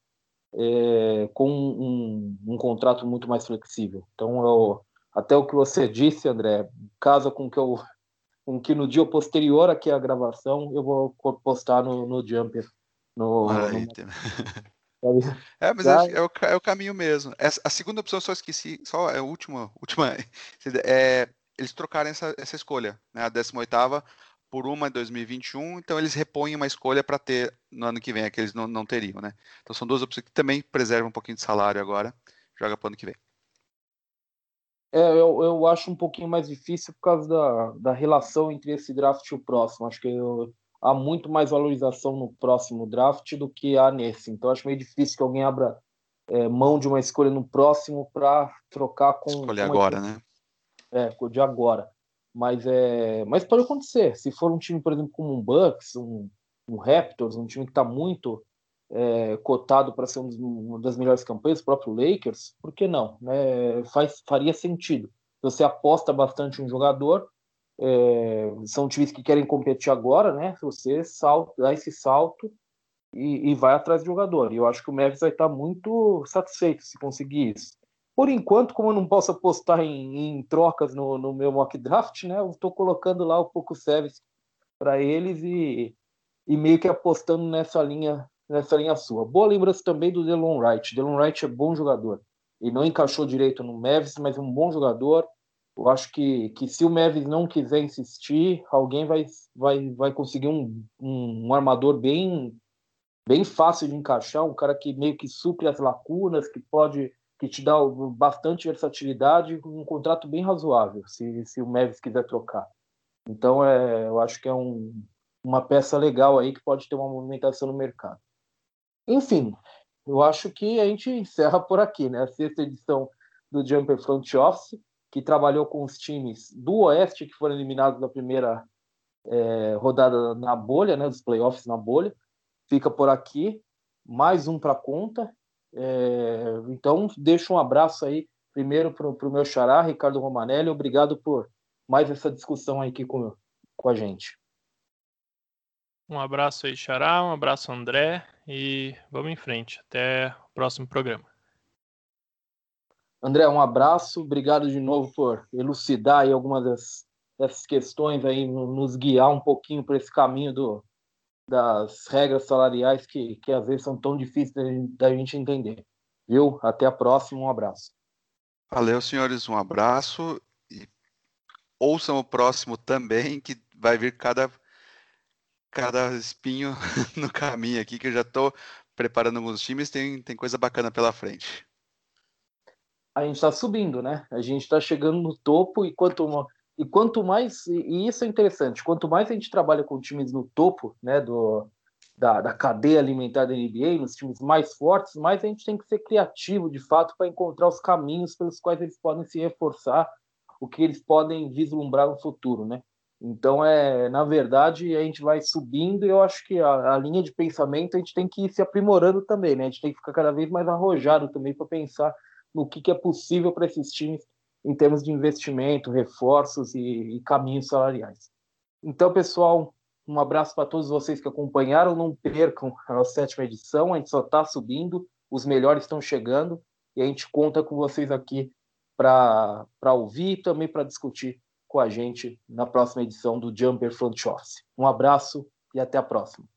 é, com um, um contrato muito mais flexível. Então, eu, até o que você disse, André, casa com que eu com que no dia posterior aqui à gravação eu vou postar no, no Jumper. No, no... É, mas é, é, o, é o caminho mesmo. Essa, a segunda opção eu só esqueci, só é a última, última é, eles trocarem essa, essa escolha, né, a décima oitava por uma em dois mil e vinte e um, então eles repõem uma escolha para ter no ano que vem, é que eles não, não teriam, né? Então são duas opções que também preservam um pouquinho de salário agora, joga para o ano que vem. É, eu, eu acho um pouquinho mais difícil por causa da, da relação entre esse draft e o próximo. Acho que eu, há muito mais valorização no próximo draft do que há nesse. Então acho meio difícil que alguém abra é, mão de uma escolha no próximo para trocar com... Escolher com agora, né? É, com o de agora. Mas, é, mas pode acontecer. Se for um time, por exemplo, como um Bucks, um, um Raptors, um time que está muito é, cotado para ser um dos, uma das melhores campanhas, o próprio Lakers, por que não? Né? Faz, faria sentido. Você aposta bastante em um jogador, é, são times que querem competir agora, né? Você salta, dá esse salto e, e vai atrás de jogador. E eu acho que o Mavis vai estar muito satisfeito se conseguir isso. Por enquanto, como eu não posso apostar em, em trocas no, no meu mock draft, né? Eu estou colocando lá o pouco service para eles e, e meio que apostando nessa linha, nessa linha sua. Boa lembrança também do Delon Wright. Delon Wright é bom jogador. E não encaixou direito no Mavis, mas é um bom jogador. Eu acho que, que se o Mavis não quiser insistir, alguém vai, vai, vai conseguir um, um, um armador bem, bem fácil de encaixar, um cara que meio que supre as lacunas, que pode que te dá bastante versatilidade, um contrato bem razoável, se, se o Mavis quiser trocar. Então, é, eu acho que é um, uma peça legal aí que pode ter uma movimentação no mercado. Enfim, eu acho que a gente encerra por aqui, né? A sexta edição do Jumper Front Office, que trabalhou com os times do Oeste, que foram eliminados na primeira é, rodada na bolha, né? Dos playoffs na bolha. Fica por aqui. Mais um para conta. É, então, deixo um abraço aí, primeiro para o meu xará, Ricardo Romanelli. Obrigado por mais essa discussão aqui com, com a gente. Um abraço aí, xará. Um abraço, André. E vamos em frente. Até o próximo programa. André, um abraço, obrigado de novo por elucidar aí algumas das, dessas questões aí, nos guiar um pouquinho para esse caminho do, das regras salariais que, que às vezes são tão difíceis da gente entender. Viu? Até a próxima, um abraço. Valeu, senhores, um abraço e ouçam o próximo também, que vai vir cada, cada espinho no caminho aqui, que eu já estou preparando alguns times, tem, tem coisa bacana pela frente. A gente está subindo, né? A gente está chegando no topo e quanto, e quanto mais, e isso é interessante, quanto mais a gente trabalha com times no topo, né, do, da, da cadeia alimentar da N B A, nos times mais fortes, mais a gente tem que ser criativo, de fato, para encontrar os caminhos pelos quais eles podem se reforçar, o que eles podem vislumbrar no futuro, né? Então, é, na verdade, a gente vai subindo e eu acho que a, a linha de pensamento a gente tem que ir se aprimorando também, né? A gente tem que ficar cada vez mais arrojado também para pensar no que, que é possível para esses times em termos de investimento, reforços e, e caminhos salariais. Então, pessoal, um abraço para todos vocês que acompanharam. Não percam a sétima edição, a gente só está subindo, os melhores estão chegando e a gente conta com vocês aqui para ouvir e também para discutir com a gente na próxima edição do Jumper Front Office. Um abraço e até a próxima.